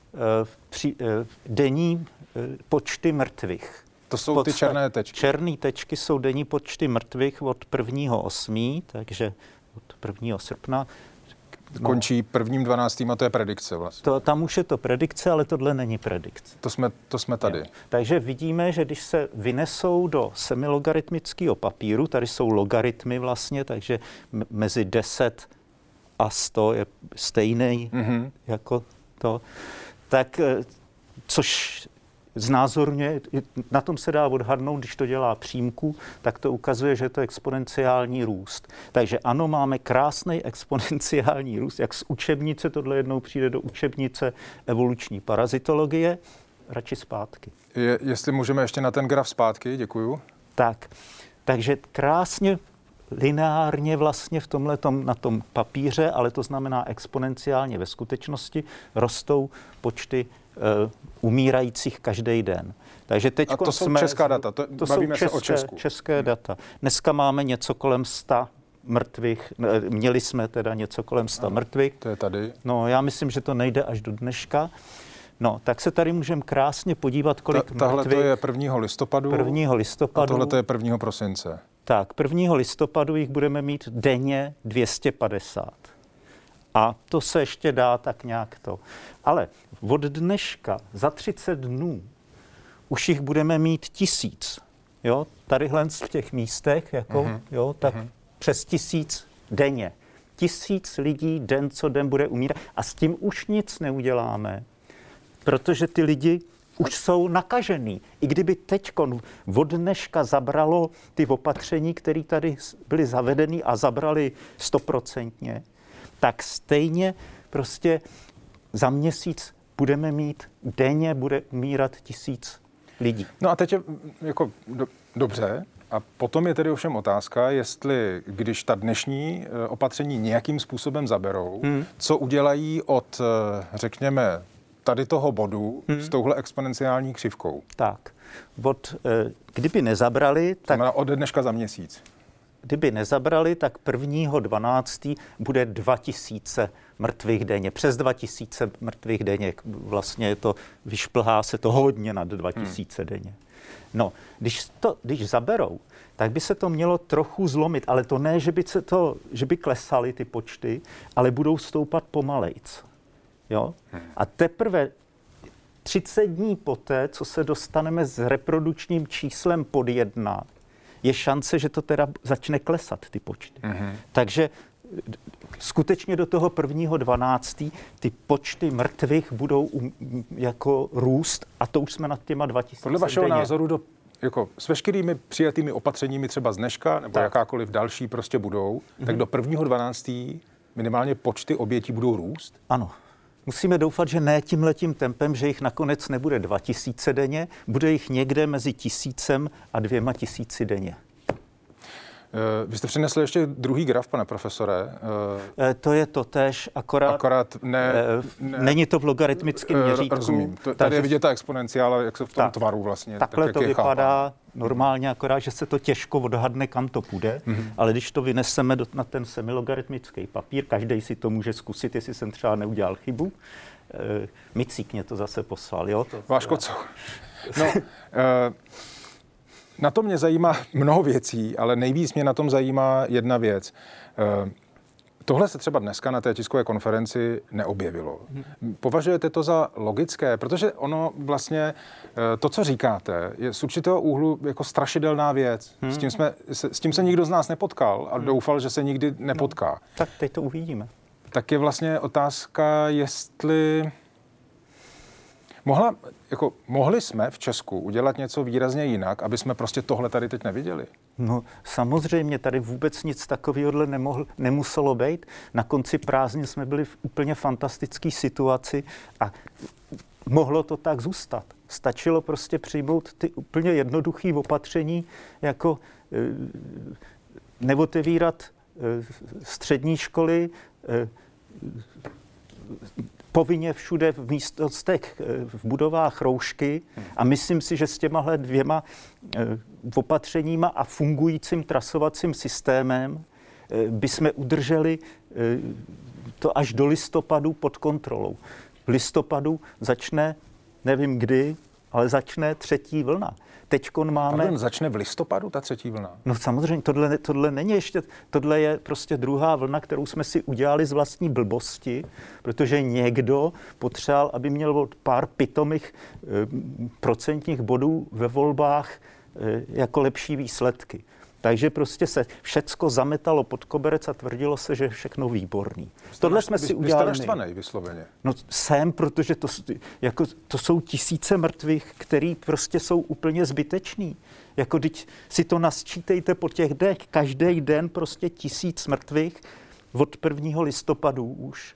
denní počty mrtvých. To jsou ty černé tečky. Černé tečky jsou denní počty mrtvých od 1.8., takže od 1. srpna. Končí 1.12. a to je predikce vlastně. Tam už je to predikce, ale tohle není predikce. To jsme tady. Je. Takže vidíme, že když se vynesou do semilogaritmického papíru, tady jsou logaritmy vlastně, takže mezi 10 a 100 je stejný jako to, tak což znázorně, na tom se dá odhadnout, když to dělá přímku, tak to ukazuje, že to je exponenciální růst. Takže ano, máme krásný exponenciální růst, jak z učebnice, tohle jednou přijde do učebnice evoluční parazitologie, radši zpátky. Jestli můžeme ještě na ten graf zpátky, děkuju. Takže krásně lineárně vlastně v tomhletom, na tom papíře, ale to znamená exponenciálně ve skutečnosti, rostou počty umírajících každý den. Takže teď a to jsou česká data, to bavíme se o Česku. České data. Dneska máme něco kolem 100 mrtvých, měli jsme teda něco kolem 100 mrtvých. To je tady. No, já myslím, že to nejde až do dneška. No, tak se tady můžeme krásně podívat, kolik mrtvých. Tahle to je 1. listopadu. 1. listopadu. A tohle to je 1. prosince. Tak, 1. listopadu jich budeme mít denně 250. A to se ještě dá tak nějak to. Ale od dneška za 30 dnů už jich budeme mít 1000. Jo, tadyhle v těch místech, jako, jo, tak přes 1000 denně. 1000 lidí den co den bude umírat. A s tím už nic neuděláme, protože ty lidi už jsou nakažený. I kdyby teďkon od dneška zabralo ty opatření, které tady byly zavedeny a zabrali 100%, tak stejně prostě za měsíc budeme mít denně, bude umírat 1000 lidí. No a teď je jako dobře. A potom je tedy ovšem otázka, jestli, když ta dnešní opatření nějakým způsobem zaberou, co udělají od, řekněme, tady toho bodu s touhle exponenciální křivkou. Tak, kdyby nezabrali, tak... Ode dneška za měsíc. Kdyby nezabrali, tak 1.12. bude 2000 mrtvých denně. Přes 2000 mrtvých denně. Vlastně vyšplhá se to hodně nad 2000 denně. No, když zaberou, tak by se to mělo trochu zlomit, ale to ne, že by klesaly ty počty, ale budou stoupat pomalejc. Jo? A teprve 30 dní poté, co se dostaneme s reprodukčním číslem pod 1, je šance, že to teda začne klesat, ty počty. Takže skutečně do toho 1.12. ty počty mrtvých budou jako růst a to už jsme nad těma 2000 Podle vašeho denně. názoru s veškerými přijatými opatřeními třeba z dneška nebo jakákoliv další prostě budou, tak do 1.12. minimálně počty obětí budou růst? Ano. Musíme doufat, že ne tímhletím tempem, že jich nakonec nebude 2000 denně, bude jich někde mezi 1000 a 2000 denně. Vy jste přinesli ještě druhý graf, pane profesore. To je totéž, akorát není to v logaritmickém měřítku. Rozumím. Tady je vidět ta exponenciála, jak se v tom tvaru vlastně. Takhle tak, to vypadá normálně, akorát, že se to těžko odhadne, kam to půjde, ale když to vyneseme na ten semilogaritmický papír, každý si to může zkusit, jestli jsem třeba neudělal chybu. Micík mě to zase poslal, jo? Váš Kocour. No, na to mě zajímá mnoho věcí, ale nejvíc mě na tom zajímá jedna věc. Tohle se třeba dneska na té tiskové konferenci neobjevilo. Považujete to za logické? Protože ono vlastně, to, co říkáte, je z určitého úhlu jako strašidelná věc. S tím se nikdo z nás nepotkal a doufal, že se nikdy nepotká. No, tak teď to uvidíme. Tak je vlastně otázka, jestli... Mohli jsme v Česku udělat něco výrazně jinak, aby jsme prostě tohle tady teď neviděli? No samozřejmě tady vůbec nic takového nemuselo být. Na konci prázdnin jsme byli v úplně fantastické situaci a mohlo to tak zůstat. Stačilo prostě přijmout ty úplně jednoduché opatření, jako neotevírat střední školy, povinně všude v místnostech, v budovách roušky a myslím si, že s těmahle 2 opatřeníma a fungujícím trasovacím systémem bychom udrželi to až do listopadu pod kontrolou. V listopadu začne, nevím kdy, ale začne 3. vlna. Teďkon máme... Pardon, začne v listopadu ta 3. vlna? No samozřejmě, tohle není ještě, tohle je prostě druhá vlna, kterou jsme si udělali z vlastní blbosti, protože někdo potřeboval, aby měl pár pitomých procentních bodů ve volbách jako lepší výsledky. Takže prostě se všecko zametalo pod koberec a tvrdilo se, že je všechno výborný. Tohle jsme si udělali. Vy jste naštvanej vysloveně. No jsem, protože to jsou 1000 mrtvých, který prostě jsou úplně zbytečný. Jako když si to nasčítejte po těch dnech, každý den prostě 1000 mrtvých od 1. listopadu už.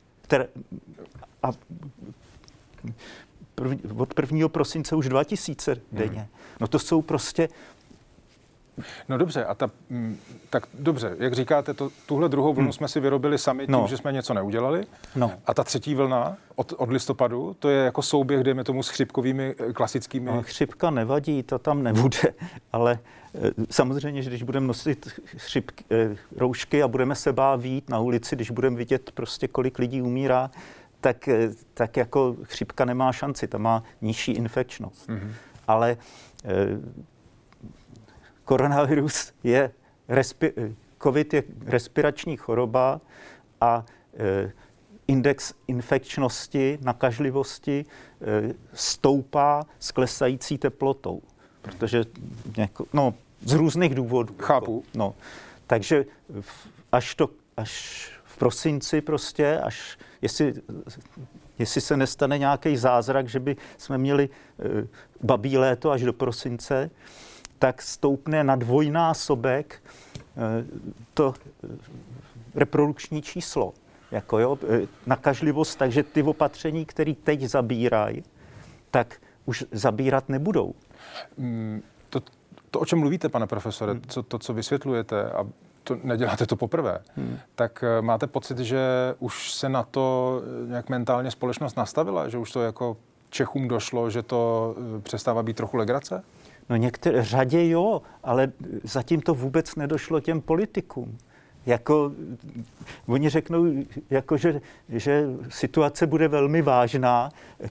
Od 1. prosince už 2000 denně. No to jsou prostě... No dobře, tak dobře, jak říkáte, tuhle druhou vlnu jsme si vyrobili sami tím, že jsme něco neudělali. No. A ta 3. vlna od listopadu, to je jako souběh, dejme tomu, s chřipkovými klasickými... No, chřipka nevadí, to tam nebude, ale samozřejmě, že když budeme nosit roušky a budeme se bát na ulici, když budeme vidět prostě, kolik lidí umírá, tak jako chřipka nemá šanci, ta má nižší infekčnost. Ale koronavirus COVID je respirační choroba a index infekčnosti, nakažlivosti stoupá s klesající teplotou, protože z různých důvodů. Chápu. No, takže až v prosinci prostě, jestli se nestane nějaký zázrak, že by jsme měli babí léto až do prosince, tak stoupne na 2násobek to reprodukční číslo. jako jo, nakažlivost, takže ty opatření, které teď zabírají, tak už zabírat nebudou. To, o čem mluvíte, pane profesore, co vysvětlujete, a neděláte to poprvé, tak máte pocit, že už se na to nějak mentálně společnost nastavila, že už to jako Čechům došlo, že to přestává být trochu legrace? No některé řadě jo, ale zatím to vůbec nedošlo těm politikům. Jako, oni řeknou, jako, že situace bude velmi vážná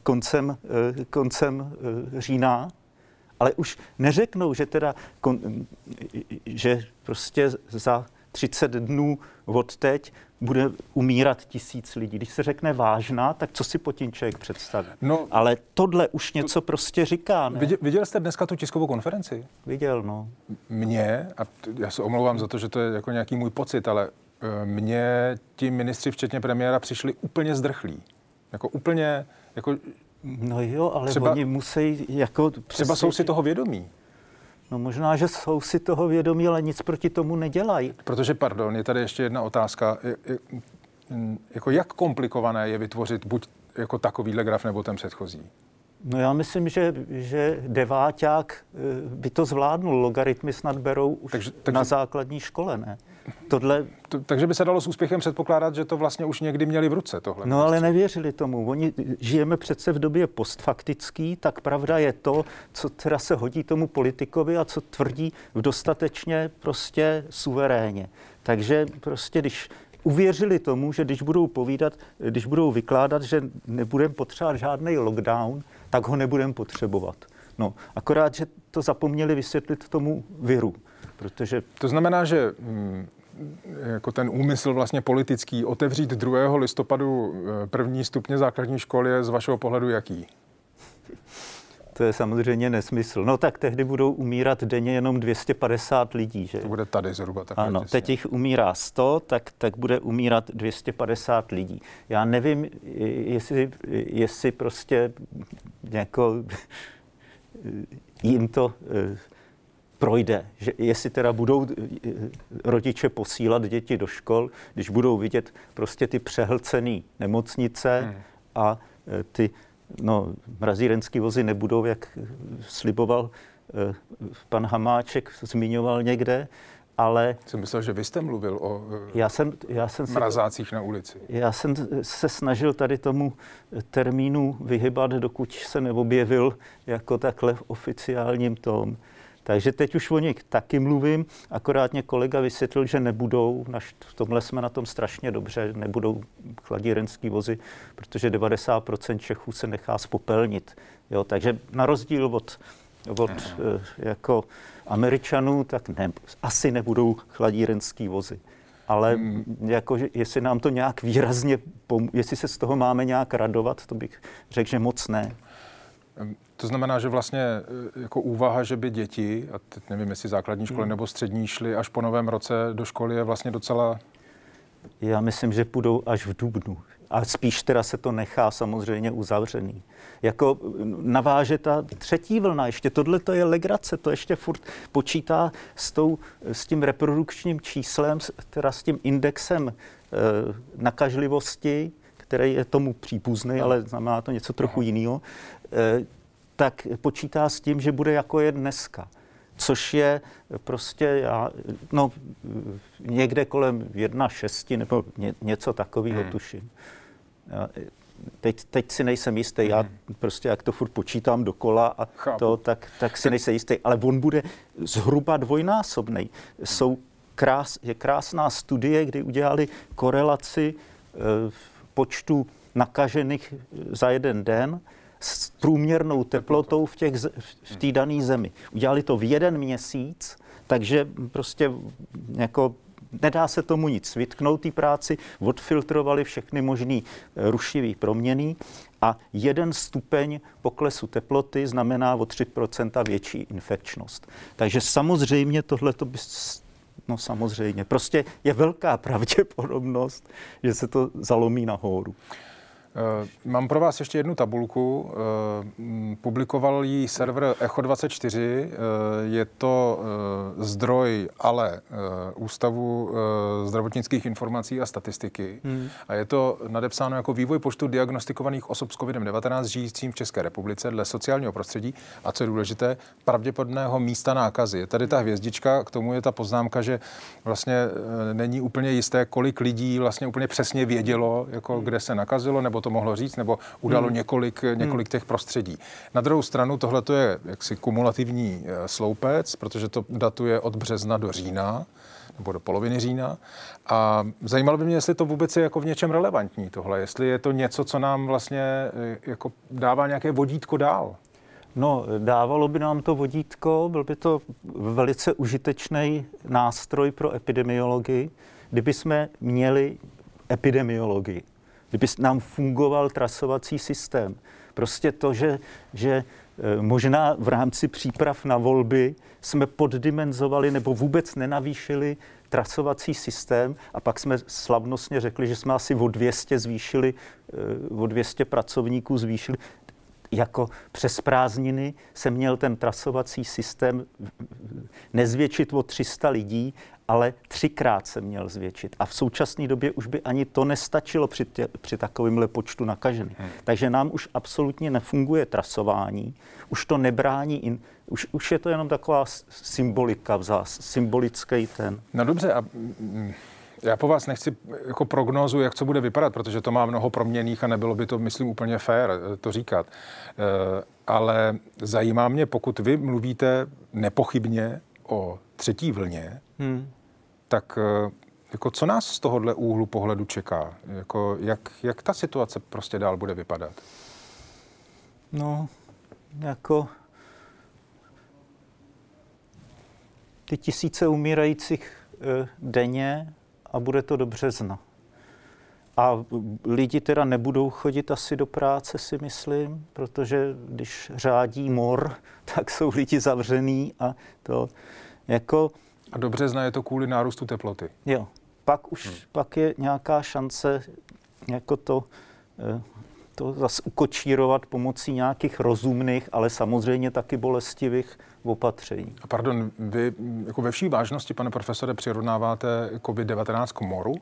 koncem října, ale už neřeknou, že teda, že prostě za 30 dnů od teď bude umírat 1000 lidí. Když se řekne vážná, tak co si pod tím člověk představí? No, ale tohle už něco prostě říká, ne? Viděl jste dneska tu tiskovou konferenci? Viděl, no. Mně, a já se omlouvám za to, že to je jako nějaký můj pocit, ale mně ti ministři, včetně premiéra, přišli úplně zdrchlí. Jako úplně, jako... No jo, ale třeba, oni musí jako... Třeba jsou si toho vědomí. No možná, že jsou si toho vědomí, ale nic proti tomu nedělají. Protože, pardon, je tady ještě jedna otázka. Jako jak komplikované je vytvořit buď jako takovýhle graf nebo ten předchozí? No já myslím, že deváťák by to zvládnul. Logaritmy snad berou už na základní škole, ne? Takže by se dalo s úspěchem předpokládat, že to vlastně už někdy měli v ruce tohle. No ale nevěřili tomu. Oni žijeme přece v době postfaktický, tak pravda je to, co teda se hodí tomu politikovi a co tvrdí v dostatečně prostě suverénně. Takže prostě když uvěřili tomu, že když budou vykládat, že nebudeme potřebovat žádný lockdown, tak ho nebudeme potřebovat. No, akorát, že to zapomněli vysvětlit tomu viru, protože... To znamená, že jako ten úmysl vlastně politický otevřít 2. listopadu 1. stupně základní školy je z vašeho pohledu jaký? To je samozřejmě nesmysl. No tak tehdy budou umírat denně jenom 250 lidí, že? To bude tady zhruba takhle. Ano, teď jich umírá 100, tak bude umírat 250 lidí. Já nevím, jestli prostě jako jim to projde, že jestli teda budou rodiče posílat děti do škol, když budou vidět prostě ty přehlcený nemocnice a ty mrazírenský vozy nebudou, jak sliboval pan Hamáček, zmiňoval někde, ale... Jsem myslel, že vy jste mluvil o mrazácích na ulici. Já jsem se snažil tady tomu termínu vyhybat, dokud se neobjevil jako takhle v oficiálním tom. Takže teď už o nich taky mluvím, akorát mě kolega vysvětlil, že nebudou, v tomhle jsme na tom strašně dobře, nebudou chladírenský vozy, protože 90% Čechů se nechá spopelnit. Jo, takže na rozdíl od jako Američanů, tak asi nebudou chladírenský vozy. Ale jako, jestli nám to nějak výrazně, jestli se z toho máme nějak radovat, to bych řekl, že moc ne. To znamená, že vlastně jako úvaha, že by děti, a teď nevím, jestli základní školy nebo střední, šly až po novém roce do školy, je vlastně docela... Já myslím, že půjdou až v dubnu. A spíš teda se to nechá samozřejmě uzavřený. Jako naváže ta 3. vlna, ještě tohle to je legrace, to ještě furt počítá s tím reprodukčním číslem, teda s tím indexem nakažlivosti, který je tomu příbuzný, ale znamená to něco trochu jiného, tak počítá s tím, že bude jako je dneska. Což je prostě někde kolem 1,6 nebo něco takového tuším. Teď si nejsem jistý, já prostě jak to furt počítám dokola a tak si nejsem jistý, ale on bude zhruba dvojnásobný. Je krásná studie, kdy udělali korelaci počtu nakažených za jeden den s průměrnou teplotou v té dané zemi. Udělali to v 1 měsíc, takže prostě jako nedá se tomu nic vytknout té práci, odfiltrovali všechny možný rušivý proměny a 1 stupeň poklesu teploty znamená o 3% větší infekčnost. Takže samozřejmě tohleto by... No samozřejmě, prostě je velká pravděpodobnost, že se to zalomí nahoru. Mám pro vás ještě jednu tabulku. Publikoval ji server Echo24. Je to zdroj ale Ústavu zdravotnických informací a statistiky. A je to nadepsáno jako vývoj počtu diagnostikovaných osob s COVID-19 žijícím v České republice dle sociálního prostředí a, co je důležité, pravděpodobného místa nákazy. Je tady ta hvězdička, k tomu je ta poznámka, že vlastně není úplně jisté, kolik lidí vlastně úplně přesně vědělo, jako kde se nakazilo, nebo to mohlo říct, nebo udalo několik těch prostředí. Na druhou stranu tohle je jaksi kumulativní sloupec, protože to datuje od března do října, nebo do poloviny října. A zajímalo by mě, jestli to vůbec je jako v něčem relevantní tohle, jestli je to něco, co nám vlastně jako dává nějaké vodítko dál. No, dávalo by nám to vodítko, byl by to velice užitečný nástroj pro epidemiologii, kdyby jsme měli epidemiologii, kdyby nám fungoval trasovací systém. Prostě to, že možná v rámci příprav na volby jsme poddimenzovali nebo vůbec nenavýšili trasovací systém a pak jsme slavnostně řekli, že jsme asi o 200 zvýšili, o 200 pracovníků zvýšili. Jako přes prázdniny se měl ten trasovací systém nezvětšit o 300 lidí, ale 3krát se měl zvětšit. A v současné době už by ani to nestačilo při takovémhle počtu nakažených. Takže nám už absolutně nefunguje trasování, už to nebrání, už je to jenom taková symbolika, symbolický ten. No dobře, a já po vás nechci jako prognózu, jak co bude vypadat, protože to má mnoho proměnných a nebylo by to, myslím, úplně fér to říkat. Ale zajímá mě, pokud vy mluvíte nepochybně o třetí vlně, tak jako co nás z tohohle úhlu pohledu čeká? Jako jak ta situace prostě dál bude vypadat? No, jako ty tisíce umírajících denně a bude to do března. A lidi teda nebudou chodit asi do práce, si myslím, protože když řádí mor, tak jsou lidi zavřený a to jako... A do března je to kvůli nárůstu teploty. Jo. Pak je nějaká šance jako to zase ukočírovat pomocí nějakých rozumných, ale samozřejmě taky bolestivých opatření. A pardon, vy jako ve vší vážnosti, pane profesore, přirovnáváte COVID-19 k moru?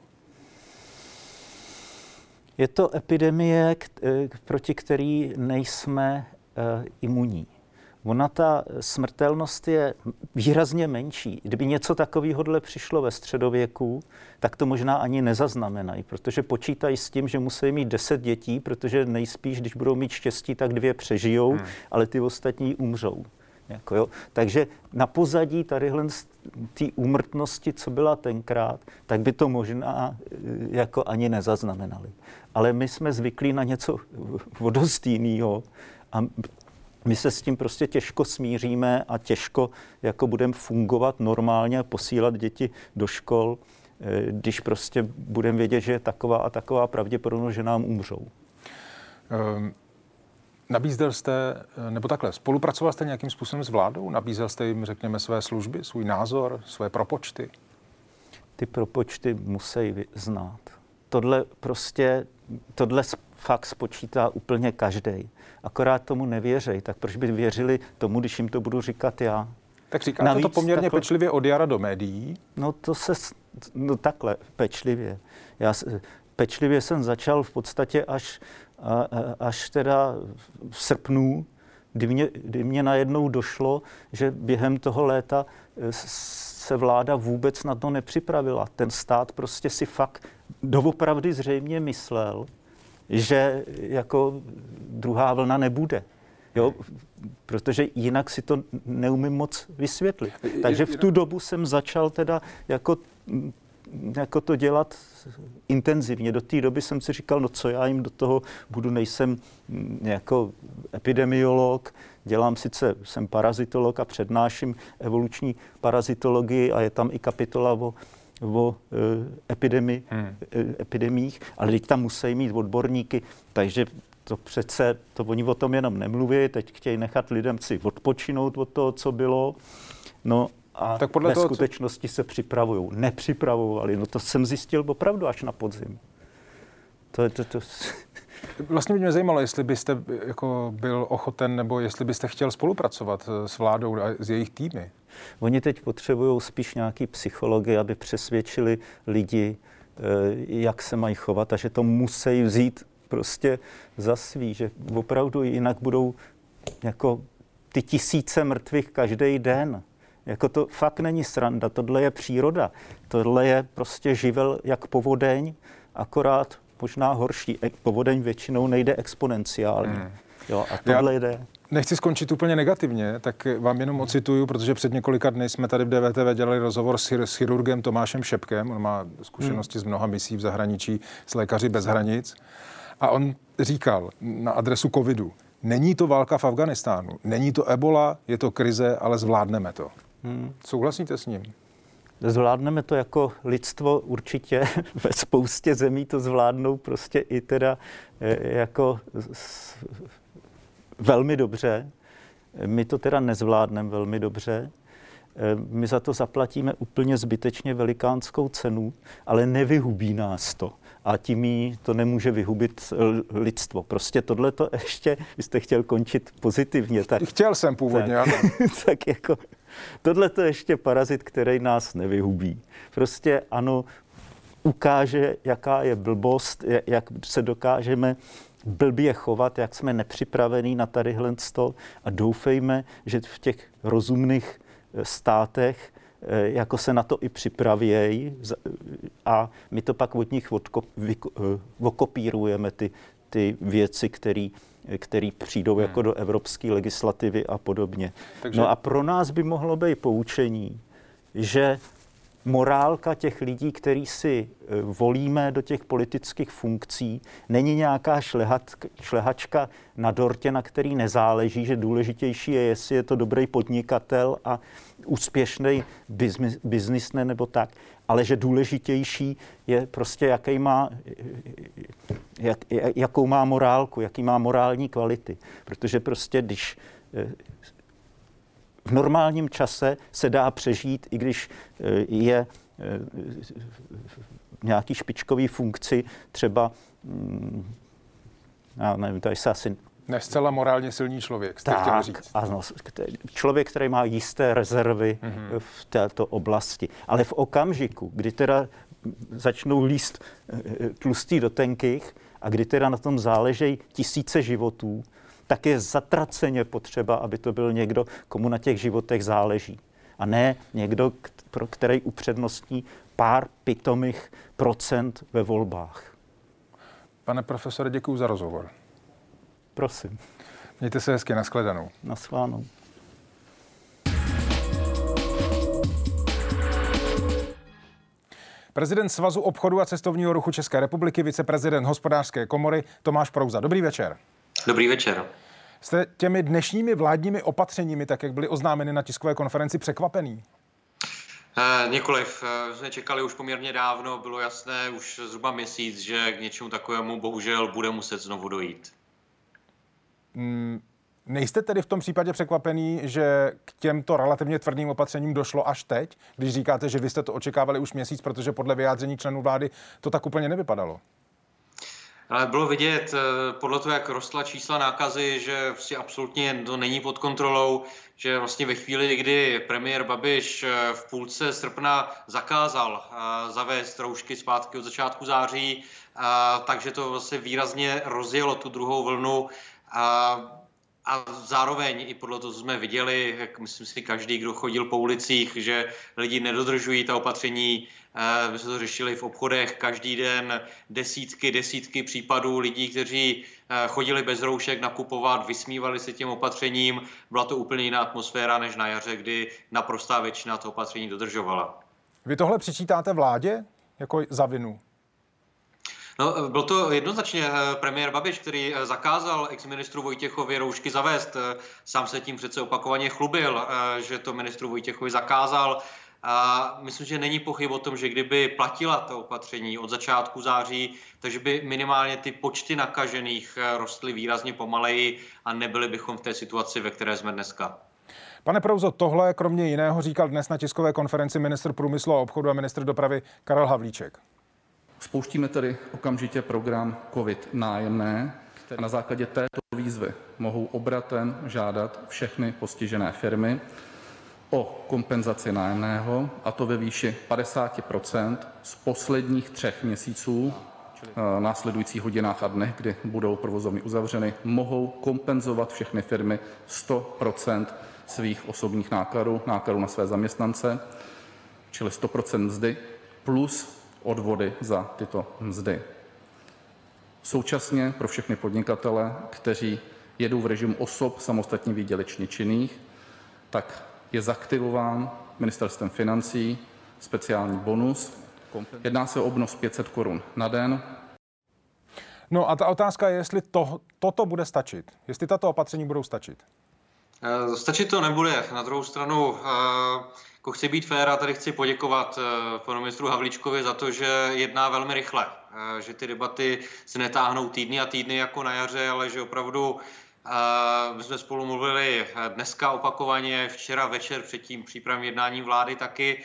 Je to epidemie, proti který nejsme imunní. Ona ta smrtelnost je výrazně menší. Kdyby něco takového přišlo ve středověku, tak to možná ani nezaznamenají, protože počítají s tím, že musí mít 10 dětí, protože nejspíš, když budou mít štěstí, tak 2 přežijou, ale ty ostatní umřou. Jako jo. Takže na pozadí tadyhle té úmrtnosti, co byla tenkrát, tak by to možná jako ani nezaznamenali. Ale my jsme zvyklí na něco dost jinýho a my se s tím prostě těžko smíříme a těžko jako budeme fungovat normálně a posílat děti do škol, když prostě budeme vědět, že je taková a taková pravděpodobnost, že nám umřou. Nabízel jste, nebo takhle, spolupracoval jste nějakým způsobem s vládou? Nabízel jste jim, řekněme, své služby, svůj názor, své propočty? Ty propočty musí znát. Tohle fakt spočítá úplně každej. Akorát tomu nevěřej, tak proč by věřili tomu, když jim to budu říkat já? Tak říkáte to poměrně pečlivě od jara do médií? No takhle, pečlivě. Pečlivě jsem začal v podstatě až teda v srpnu, kdy mě najednou došlo, že během toho léta se vláda vůbec na to nepřipravila. Ten stát prostě si fakt doopravdy zřejmě myslel, že jako druhá vlna nebude. Jo? Protože jinak si to neumím moc vysvětlit. Takže v tu dobu jsem začal teda jako to dělat intenzivně. Do té doby jsem si říkal, no co já jim do toho budu, nejsem jako epidemiolog, jsem parazitolog a přednáším evoluční parazitologii a je tam i kapitola o epidemiích, ale teď tam musí mít odborníky, takže to oni o tom jenom nemluví, teď chtějí nechat lidem si odpočinout od toho, co bylo. No a tak ve skutečnosti se připravujou. Nepřipravovali. No to jsem zjistil opravdu až na podzim. Vlastně mě zajímalo, jestli byste jako byl ochoten, nebo jestli byste chtěl spolupracovat s vládou a s jejich týmy. Oni teď potřebují spíš nějaký psychologi, aby přesvědčili lidi, jak se mají chovat a že to musí vzít prostě za svý, že opravdu jinak budou jako ty tisíce mrtvých každý den. Jako to fakt není sranda, tohle je příroda. Tohle je prostě živel jak povodeň, akorát možná horší. Povodeň většinou nejde exponenciálně. Jo, a tohle jde. Nechci skončit úplně negativně, tak vám jenom ocituju, protože před několika dny jsme tady v DVTV dělali rozhovor s chirurgem Tomášem Šepkem. On má zkušenosti z mnoha misí v zahraničí s Lékaři bez hranic. A on říkal na adresu covidu, není to válka v Afghánistánu, není to ebola, je to krize, ale zvládneme to. Souhlasíte s ním? Zvládneme to jako lidstvo určitě, ve spoustě zemí to zvládnou prostě i teda jako velmi dobře. My to teda nezvládneme velmi dobře. My za to zaplatíme úplně zbytečně velikánskou cenu, ale nevyhubí nás to. A tím to nemůže vyhubit lidstvo. Prostě tohle to ještě, vy jste chtěl končit pozitivně. Tak, chtěl jsem původně, tak, tak jako, tohle to ještě parazit, který nás nevyhubí. Prostě ano, ukáže, jaká je blbost, jak se dokážeme blbě chovat, jak jsme nepřipravení na tadyhle a doufejme, že v těch rozumných státech jako se na to i připravějí a my to pak od nich okopírujeme ty věci, které přijdou jako do evropské legislativy a podobně. Takže... No a pro nás by mohlo být poučení, že morálka těch lidí, který si volíme do těch politických funkcí, není nějaká šlehačka na dortě, na který nezáleží, že důležitější je, jestli je to dobrý podnikatel a úspěšný biznismen nebo tak, ale že důležitější je prostě, jakou má morálku, jaký má morální kvality. Protože prostě, když v normálním čase se dá přežít, i když je v nějaký špičkový funkci, třeba, já nevím, tady se asi... Ne zcela morálně silný člověk, jste chtěl říct. Ano, člověk, který má jisté rezervy v této oblasti. Ale v okamžiku, kdy teda začnou líst tlustý do tenkých a kdy teda na tom záležejí tisíce životů, tak je zatraceně potřeba, aby to byl někdo, komu na těch životech záleží. A ne někdo, který upřednostní pár pitomých procent ve volbách. Pane profesore, děkuju za rozhovor. Prosím. Mějte se hezky, nashledanou. Naschvánou. Prezident Svazu obchodu a cestovního ruchu České republiky, viceprezident Hospodářské komory Tomáš Prouza. Dobrý večer. Dobrý večer. Jste těmi dnešními vládními opatřeními, tak jak byly oznámeny na tiskové konferenci, překvapený? Nikoliv. Jsme čekali už poměrně dávno, bylo jasné už zhruba měsíc, že k něčemu takovému bohužel bude muset znovu dojít. Nejste tedy v tom případě překvapený, že k těmto relativně tvrdým opatřením došlo až teď, když říkáte, že vy jste to očekávali už měsíc, protože podle vyjádření členů vlády to tak úplně nevypadalo? Ale bylo vidět podle toho, jak rostla čísla nákazy, že vlastně absolutně to není pod kontrolou, že vlastně ve chvíli, kdy premiér Babiš v půlce srpna zakázal zavést roušky zpátky od začátku září, takže to vlastně výrazně rozjelo tu druhou vlnu. A zároveň i podle toho, co jsme viděli, jak myslím si každý, kdo chodil po ulicích, že lidi nedodržují ta opatření. My jsme to řešili v obchodech každý den, desítky případů lidí, kteří chodili bez roušek nakupovat, vysmívali se těm opatřením. Byla to úplně jiná atmosféra než na jaře, kdy naprostá většina to opatření dodržovala. Vy tohle přičítáte vládě jako za vinu? No, byl to jednoznačně premiér Babiš, který zakázal exministru Vojtěchovi roušky zavést. Sám se tím přece opakovaně chlubil, že to ministru Vojtěchovi zakázal. A myslím, že není pochyb o tom, že kdyby platila to opatření od začátku září, takže by minimálně ty počty nakažených rostly výrazně pomaleji a nebyli bychom v té situaci, ve které jsme dneska. Pane Prouzo, tohle kromě jiného říkal dnes na tiskové konferenci ministr průmyslu a obchodu a ministr dopravy Karel Havlíček. Spouštíme tedy okamžitě program COVID nájemné a na základě této výzvy mohou obratem žádat všechny postižené firmy o kompenzaci nájemného, a to ve výši 50% z posledních 3 měsíců, následujících hodinách a dnech, kdy budou provozovny uzavřeny, mohou kompenzovat všechny firmy 100% svých osobních nákladů na své zaměstnance, čili 100% mzdy plus odvody za tyto mzdy. Současně pro všechny podnikatele, kteří jedou v režimu osob samostatně výdělečně činných, tak je zaktivován Ministerstvem financí speciální bonus. Jedná se o obnos 500 korun na den. No a ta otázka je, jestli toto bude stačit. Jestli tato opatření budou stačit. Stačit to nebude. Na druhou stranu, jako chci být fér a tady chci poděkovat panu ministru Havlíčkovi za to, že jedná velmi rychle. Že ty debaty se netáhnou týdny a týdny jako na jaře, ale že opravdu my jsme spolu mluvili dneska opakovaně, včera večer před tím přípravným jednáním vlády taky.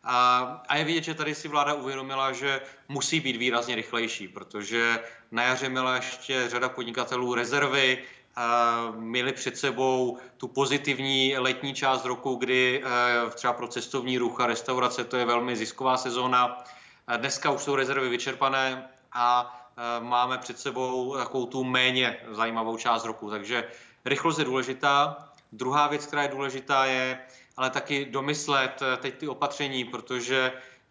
A je vidět, že tady si vláda uvědomila, že musí být výrazně rychlejší, protože na jaře měla ještě řada podnikatelů rezervy, měli před sebou tu pozitivní letní část roku, kdy třeba pro cestovní ruch a restaurace to je velmi zisková sezóna. Dneska už jsou rezervy vyčerpané a máme před sebou takovou tu méně zajímavou část roku, takže rychlost je důležitá. Druhá věc, která je důležitá, je ale taky domyslet teď ty opatření, protože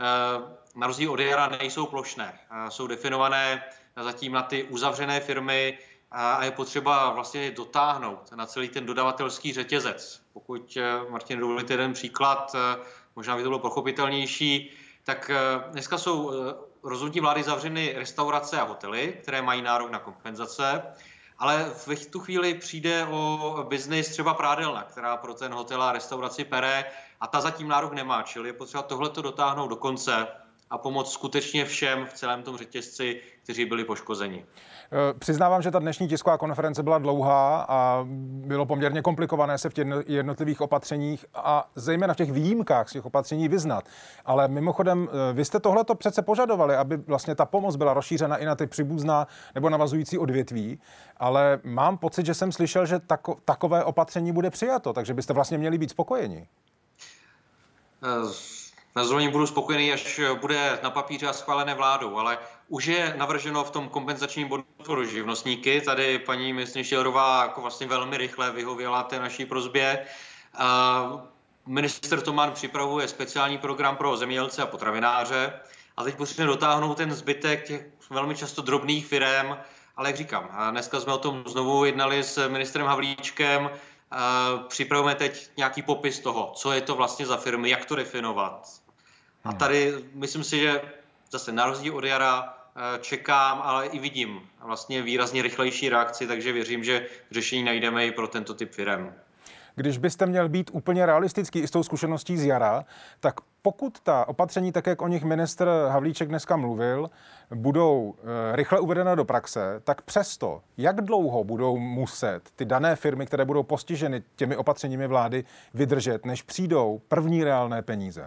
na rozdíl od jara nejsou plošné. Jsou definované zatím na ty uzavřené firmy a je potřeba vlastně dotáhnout na celý ten dodavatelský řetězec. Pokud, Martin, dovolíte jeden příklad, možná by to bylo pochopitelnější, tak dneska jsou rozhodnutí vlády zavřeny restaurace a hotely, které mají nárok na kompenzace, ale v tu chvíli přijde o biznis třeba prádelna, která pro ten hotel a restauraci pere a ta zatím nárok nemá, čili je potřeba tohleto dotáhnout do konce a pomoct skutečně všem v celém tom řetězci, kteří byli poškozeni. Přiznávám, že ta dnešní tisková konference byla dlouhá a bylo poměrně komplikované se v těch jednotlivých opatřeních a zejména v těch výjimkách z těch opatření vyznat. Ale mimochodem, vy jste tohleto přece požadovali, aby vlastně ta pomoc byla rozšířena i na ty příbuzná nebo navazující odvětví, ale mám pocit, že jsem slyšel, že takové opatření bude přijato, takže byste vlastně měli být spokojeni. Na zvolení budu spokojený, až bude na papíře a schválené vládou, ale už je navrženo v tom kompenzačním bodu pro živnostníky. Tady paní ministryně Schillerová jako vlastně velmi rychle vyhověla té naší prosbě. Minister Toman připravuje speciální program pro zemědělce a potravináře a teď potřebujeme dotáhnout ten zbytek těch velmi často drobných firem, ale jak říkám, dneska jsme o tom znovu jednali s ministrem Havlíčkem. Připravujeme teď nějaký popis toho, co je to vlastně za firmy, jak to definovat. A tady myslím si, že zase na rozdíl od jara čekám, ale i vidím vlastně výrazně rychlejší reakci, takže věřím, že řešení najdeme i pro tento typ firem. Když byste měl být úplně realistický i s tou zkušeností z jara, tak pokud ta opatření, tak jak o nich ministr Havlíček dneska mluvil, budou rychle uvedena do praxe, tak přesto, jak dlouho budou muset ty dané firmy, které budou postiženy těmi opatřeními vlády, vydržet, než přijdou první reálné peníze?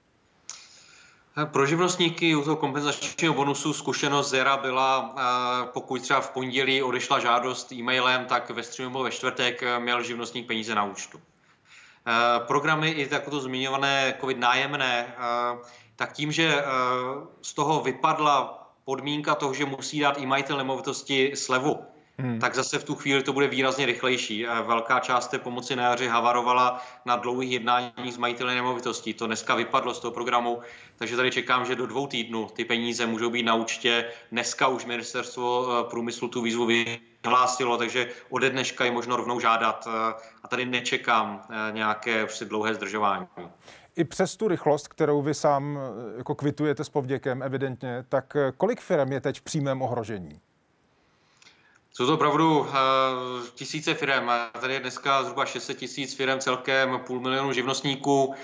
Pro živnostníky u toho kompenzačního bonusu zkušenost z jara byla, pokud třeba v pondělí odešla žádost e-mailem, tak ve středu nebo ve čtvrtek měl živnostník peníze na účtu. Programy i takto zmiňované COVID nájemné, tak tím, že z toho vypadla podmínka toho, že musí dát i majitel nemovitosti slevu, tak zase v tu chvíli to bude výrazně rychlejší. Velká část té pomoci na jaře havarovala na dlouhých jednáních s majiteli nemovitostí. To dneska vypadlo z toho programu, takže tady čekám, že do 2 týdnů ty peníze můžou být na účtě. Dneska už ministerstvo průmyslu tu výzvu vyhlásilo, takže ode dneška je možno rovnou žádat a tady nečekám nějaké dlouhé zdržování. I přes tu rychlost, kterou vy sám jako kvitujete s povděkem evidentně, tak kolik firem je teď v přímém ohrožení? Jsou to opravdu tisíce firem. Tady je dneska zhruba 600 000 firem, celkem 500 000 živnostníků.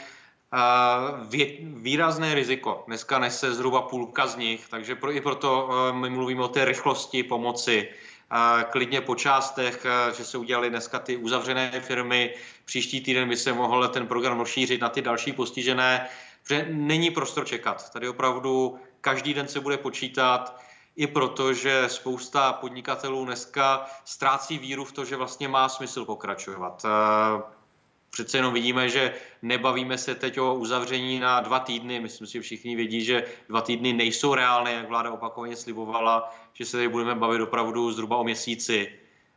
Výrazné riziko dneska nese zhruba půlka z nich, takže i proto my mluvíme o té rychlosti pomoci. Klidně po částech, že se udělaly dneska ty uzavřené firmy. Příští týden by se mohl ten program rozšířit na ty další postižené, protože není prostor čekat. Tady opravdu každý den se bude počítat, i proto, že spousta podnikatelů dneska ztrácí víru v to, že vlastně má smysl pokračovat. Přece jenom vidíme, že nebavíme se teď o uzavření na 2 týdny. Myslím si, že všichni vědí, že 2 týdny nejsou reálné, jak vláda opakovaně slibovala, že se tady budeme bavit opravdu zhruba o měsíci.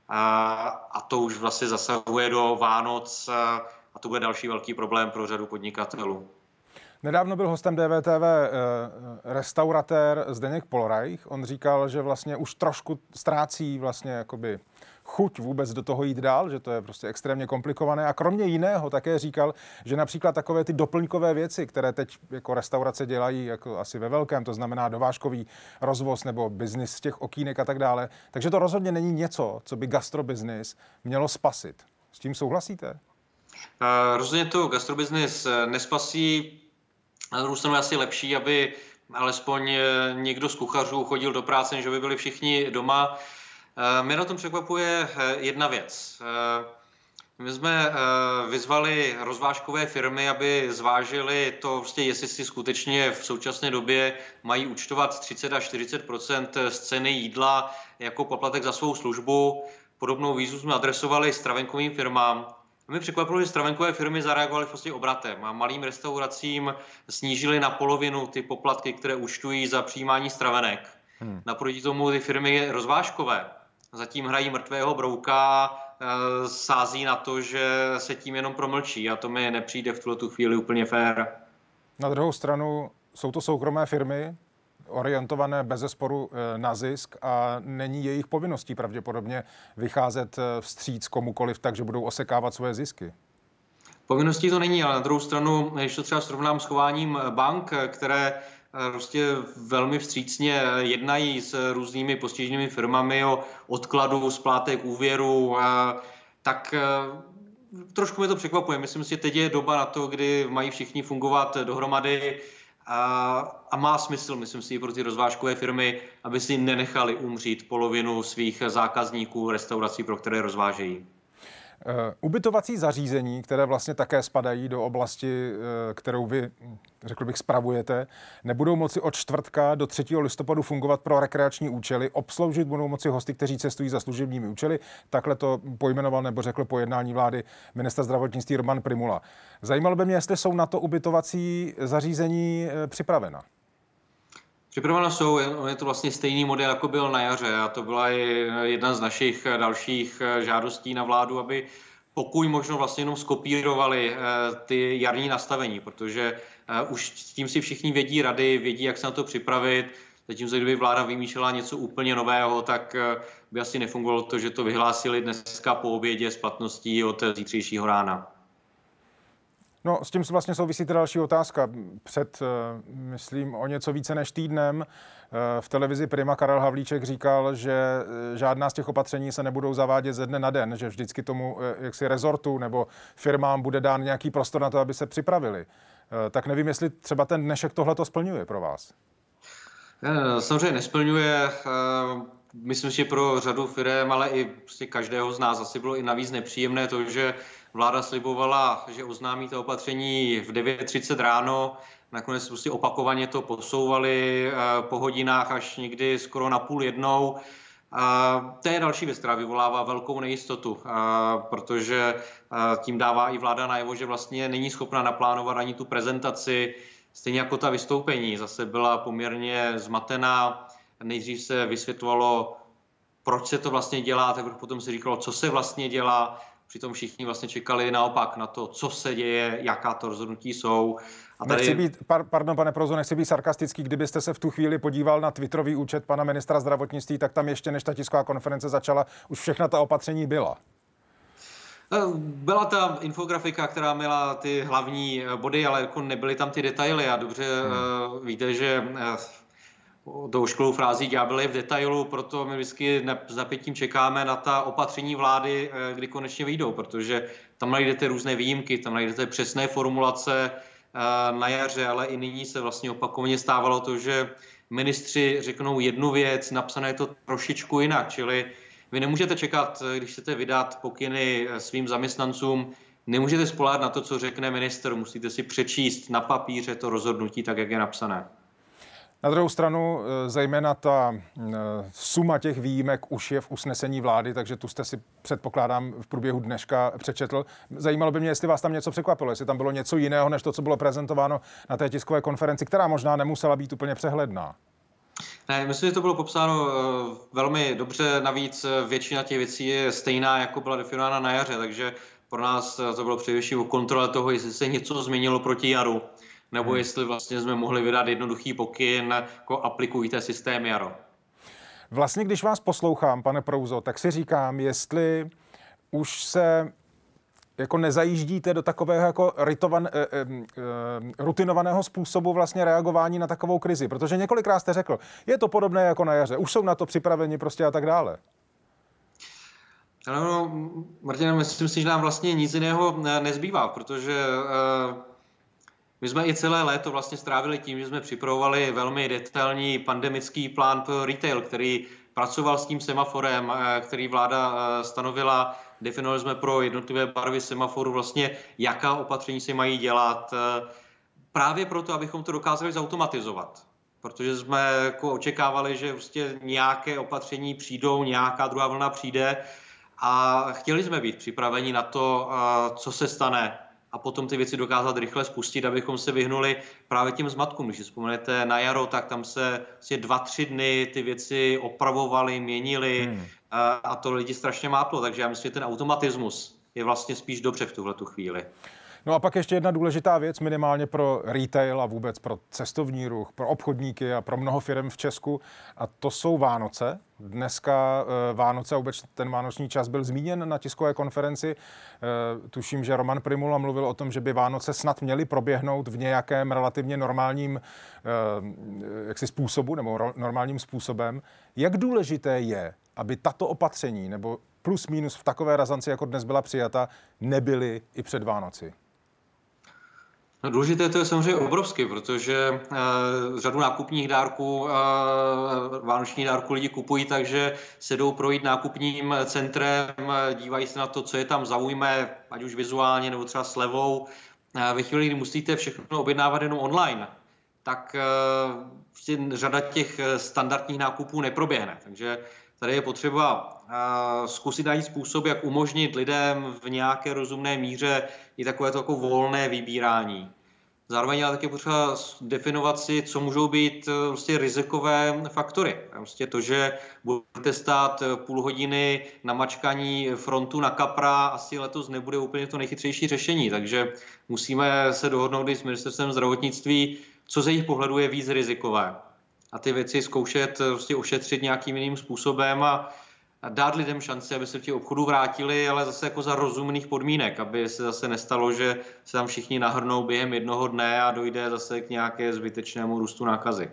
A to už vlastně zasahuje do Vánoc a to bude další velký problém pro řadu podnikatelů. Nedávno byl hostem DVTV restauratér Zdeněk Polreich. On říkal, že vlastně už trošku ztrácí vlastně jakoby chuť vůbec do toho jít dál, že to je prostě extrémně komplikované. A kromě jiného také říkal, že například takové ty doplňkové věci, které teď jako restaurace dělají jako asi ve velkém, to znamená dovážkový rozvoz nebo biznis z těch okýnek a tak dále, takže to rozhodně není něco, co by gastrobiznis mělo spasit. S tím souhlasíte? Rozhodně to gastrobiznis nespasí. Na druhou stranu je asi lepší, aby alespoň někdo z kuchařů chodil do práce, než aby byli všichni doma. Mě na tom překvapuje jedna věc. My jsme vyzvali rozvážkové firmy, aby zvážili to, prostě, jestli si skutečně v současné době mají účtovat 30 až 40% z ceny jídla jako poplatek za svou službu. Podobnou výzvu jsme adresovali stravenkovým firmám. Mě překvapilo, že stravenkové firmy zareagovaly vlastně obratem a malým restauracím snížily na polovinu ty poplatky, které účtují za přijímání stravenek. Naproti tomu ty firmy rozvážkové zatím hrají mrtvého brouka, sází na to, že se tím jenom promlčí a to mi nepřijde v tuto chvíli úplně fér. Na druhou stranu jsou to soukromé firmy, orientované bezesporu na zisk a není jejich povinností pravděpodobně vycházet vstříc komukoliv tak, že budou osekávat svoje zisky. Povinností to není, ale na druhou stranu, když to třeba srovnám s chováním bank, které prostě velmi vstřícně jednají s různými postiženými firmami o odkladu splátek úvěru, tak trošku mě to překvapuje. Myslím si, že teď je doba na to, kdy mají všichni fungovat dohromady a má smysl, myslím si, pro ty rozvážkové firmy, aby si nenechali umřít polovinu svých zákazníků restaurací, pro které rozvážejí. Ubytovací zařízení, které vlastně také spadají do oblasti, kterou vy, řekl bych, spravujete, nebudou moci od čtvrtka do 3. listopadu fungovat pro rekreační účely. Obsloužit budou moci hosty, kteří cestují za služebními účely. Takhle to pojmenoval nebo řekl po jednání vlády ministra zdravotnictví Roman Prymula. Zajímalo by mě, jestli jsou na to ubytovací zařízení připravena. Připravena jsou, je to vlastně stejný model, jako byl na jaře a to byla i jedna z našich dalších žádostí na vládu, aby pokud možno vlastně jenom skopírovali ty jarní nastavení, protože už s tím si všichni vědí rady, vědí, jak se na to připravit. Zatímco kdyby vláda vymýšlela něco úplně nového, tak by asi nefungovalo to, že to vyhlásili dneska po obědě s platností od zítřejšího rána. No, s tím vlastně souvisí ta další otázka. Před, myslím, o něco více než týdnem v televizi Prima Karel Havlíček říkal, že žádná z těch opatření se nebudou zavádět ze dne na den, že vždycky tomu jaksi rezortu nebo firmám bude dán nějaký prostor na to, aby se připravili. Tak nevím, jestli třeba ten dnešek tohle to splňuje pro vás. Samozřejmě nesplňuje. Myslím, že pro řadu firem, ale i prostě každého z nás asi bylo i navíc nepříjemné to, že vláda slibovala, že oznámí to opatření v 9:30 ráno. Nakonec prostě opakovaně to posouvali po hodinách až někdy skoro na 12:30. To je další věc, která vyvolává velkou nejistotu, protože tím dává i vláda najevo, že vlastně není schopna naplánovat ani tu prezentaci. Stejně jako ta vystoupení zase byla poměrně zmatená. Nejdřív se vysvětlovalo, proč se to vlastně dělá, tak potom se říkalo, co se vlastně dělá. Přitom všichni vlastně čekali naopak na to, co se děje, jaká to rozhodnutí jsou. A tady... Pardon, pane Prouzo, nechci být sarkastický. Kdybyste se v tu chvíli podíval na twitterový účet pana ministra zdravotnictví, tak tam ještě než ta tisková konference začala, už všechna ta opatření byla. Byla tam infografika, která měla ty hlavní body, ale jako nebyly tam ty detaily. A dobře víte, že tou školou frází ďábel je v detailu, proto my vždycky s napětím čekáme na ta opatření vlády, kdy konečně vyjdou, protože tam najdete různé výjimky, tam najdete přesné formulace na jaře, ale i nyní se vlastně opakovaně stávalo to, že ministři řeknou jednu věc, napsané je to trošičku jinak, čili vy nemůžete čekat, když chcete vydat pokyny svým zaměstnancům, nemůžete spoléhat na to, co řekne ministr, musíte si přečíst na papíře to rozhodnutí tak, jak je napsané. Na druhou stranu, zejména ta suma těch výjimek už je v usnesení vlády, takže tu jste si, předpokládám, v průběhu dneška přečetl. Zajímalo by mě, jestli vás tam něco překvapilo, jestli tam bylo něco jiného, než to, co bylo prezentováno na té tiskové konferenci, která možná nemusela být úplně přehledná. Ne, myslím, že to bylo popsáno velmi dobře, navíc většina těch věcí je stejná, jako byla definována na jaře, takže pro nás to bylo především o kontrole toho, jestli se něco změnilo proti jaru, nebo jestli vlastně jsme mohli vydat jednoduchý pokyn, jako aplikujte systém jaro. Vlastně, když vás poslouchám, pane Prouzo, tak si říkám, jestli už se jako nezajíždíte do takového jako rutinovaného způsobu vlastně reagování na takovou krizi, protože několikrát jste řekl, je to podobné jako na jaře, už jsou na to připraveni prostě a tak dále. Ano, Martin, myslím si, že nám vlastně nic jiného nezbývá, protože my jsme i celé léto vlastně strávili tím, že jsme připravovali velmi detailní pandemický plán pro retail, který pracoval s tím semaforem, který vláda stanovila. Definovali jsme pro jednotlivé barvy semaforu vlastně, jaká opatření se mají dělat. Právě proto, abychom to dokázali zautomatizovat. Protože jsme jako očekávali, že prostě nějaké opatření přijdou, nějaká druhá vlna přijde a chtěli jsme být připraveni na to, co se stane a potom ty věci dokázat rychle spustit, abychom se vyhnuli právě těm zmatkům. Když si vzpomenete na jaro, tak tam se 2-3 dny ty věci opravovaly, měnily a to lidi strašně mátlo. Takže já myslím, že ten automatismus je vlastně spíš dobře v tuhletu chvíli. No a pak ještě jedna důležitá věc, minimálně pro retail a vůbec pro cestovní ruch, pro obchodníky a pro mnoho firm v Česku, a to jsou Vánoce. Dneska Vánoce a vůbec ten vánoční čas byl zmíněn na tiskové konferenci. Tuším, že Roman Prymula mluvil o tom, že by Vánoce snad měly proběhnout v nějakém relativně normálním způsobu nebo normálním způsobem. Jak důležité je, aby tato opatření nebo plus minus v takové razanci, jako dnes byla přijata, nebyly i před Vánoci? No, důležité to je samozřejmě obrovsky, protože řadu nákupních dárků, vánočních dárků lidi kupují, takže se jdou projít nákupním centrem, dívají se na to, co je tam zaujme, ať už vizuálně nebo třeba slevou. Ve chvíli, kdy musíte všechno objednávat jenom online, tak řada těch standardních nákupů neproběhne. Takže tady je potřeba zkusit najít způsob, jak umožnit lidem v nějaké rozumné míře i takovéto jako volné vybírání. Zároveň ale také potřeba definovat si, co můžou být vlastně rizikové faktory. Vlastně to, že budete stát půl hodiny na mačkání frontu na kapra, asi letos nebude úplně to nejchytřejší řešení. Takže musíme se dohodnout i s ministerstvem zdravotnictví, co ze jejich pohledu je víc rizikové. A ty věci zkoušet vlastně ošetřit nějakým jiným způsobem a dát lidem šanci, aby se v těch obchodů vrátili, ale zase jako za rozumných podmínek, aby se zase nestalo, že se tam všichni nahrnou během jednoho dne a dojde zase k nějaké zbytečnému růstu nákazy.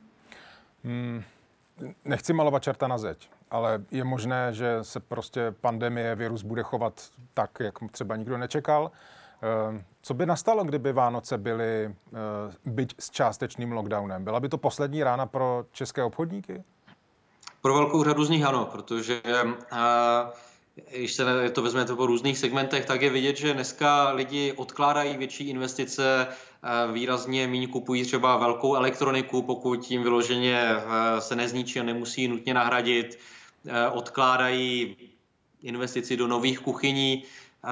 Nechci malovat čerta na zeď, ale je možné, že se prostě pandemie, virus bude chovat tak, jak třeba nikdo nečekal. Co by nastalo, kdyby Vánoce byly byť s částečným lockdownem? Byla by to poslední rána pro české obchodníky? Pro velkou řadu z nich ano, protože když se to vezmete po různých segmentech, tak je vidět, že dneska lidi odkládají větší investice, výrazně méně kupují třeba velkou elektroniku, pokud tím vyloženě se nezničí a nemusí nutně nahradit, odkládají investici do nových kuchyní.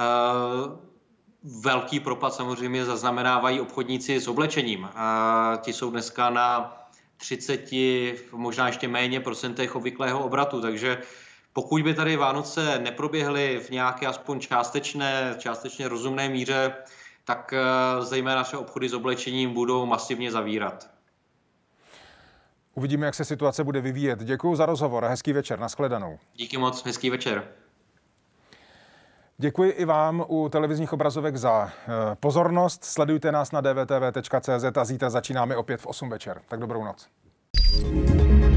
Velký propad samozřejmě zaznamenávají obchodníci s oblečením. Ti jsou dneska na 30, možná ještě méně procentech obvyklého obratu, takže pokud by tady Vánoce neproběhly v nějaké aspoň částečně rozumné míře, tak zejména naše obchody s oblečením budou masivně zavírat. Uvidíme, jak se situace bude vyvíjet. Děkuji za rozhovor a hezký večer. Nashledanou. Díky moc, hezký večer. Děkuji i vám u televizních obrazovek za pozornost. Sledujte nás na dvtv.cz a zítra začínáme opět v 8 večer. Tak dobrou noc.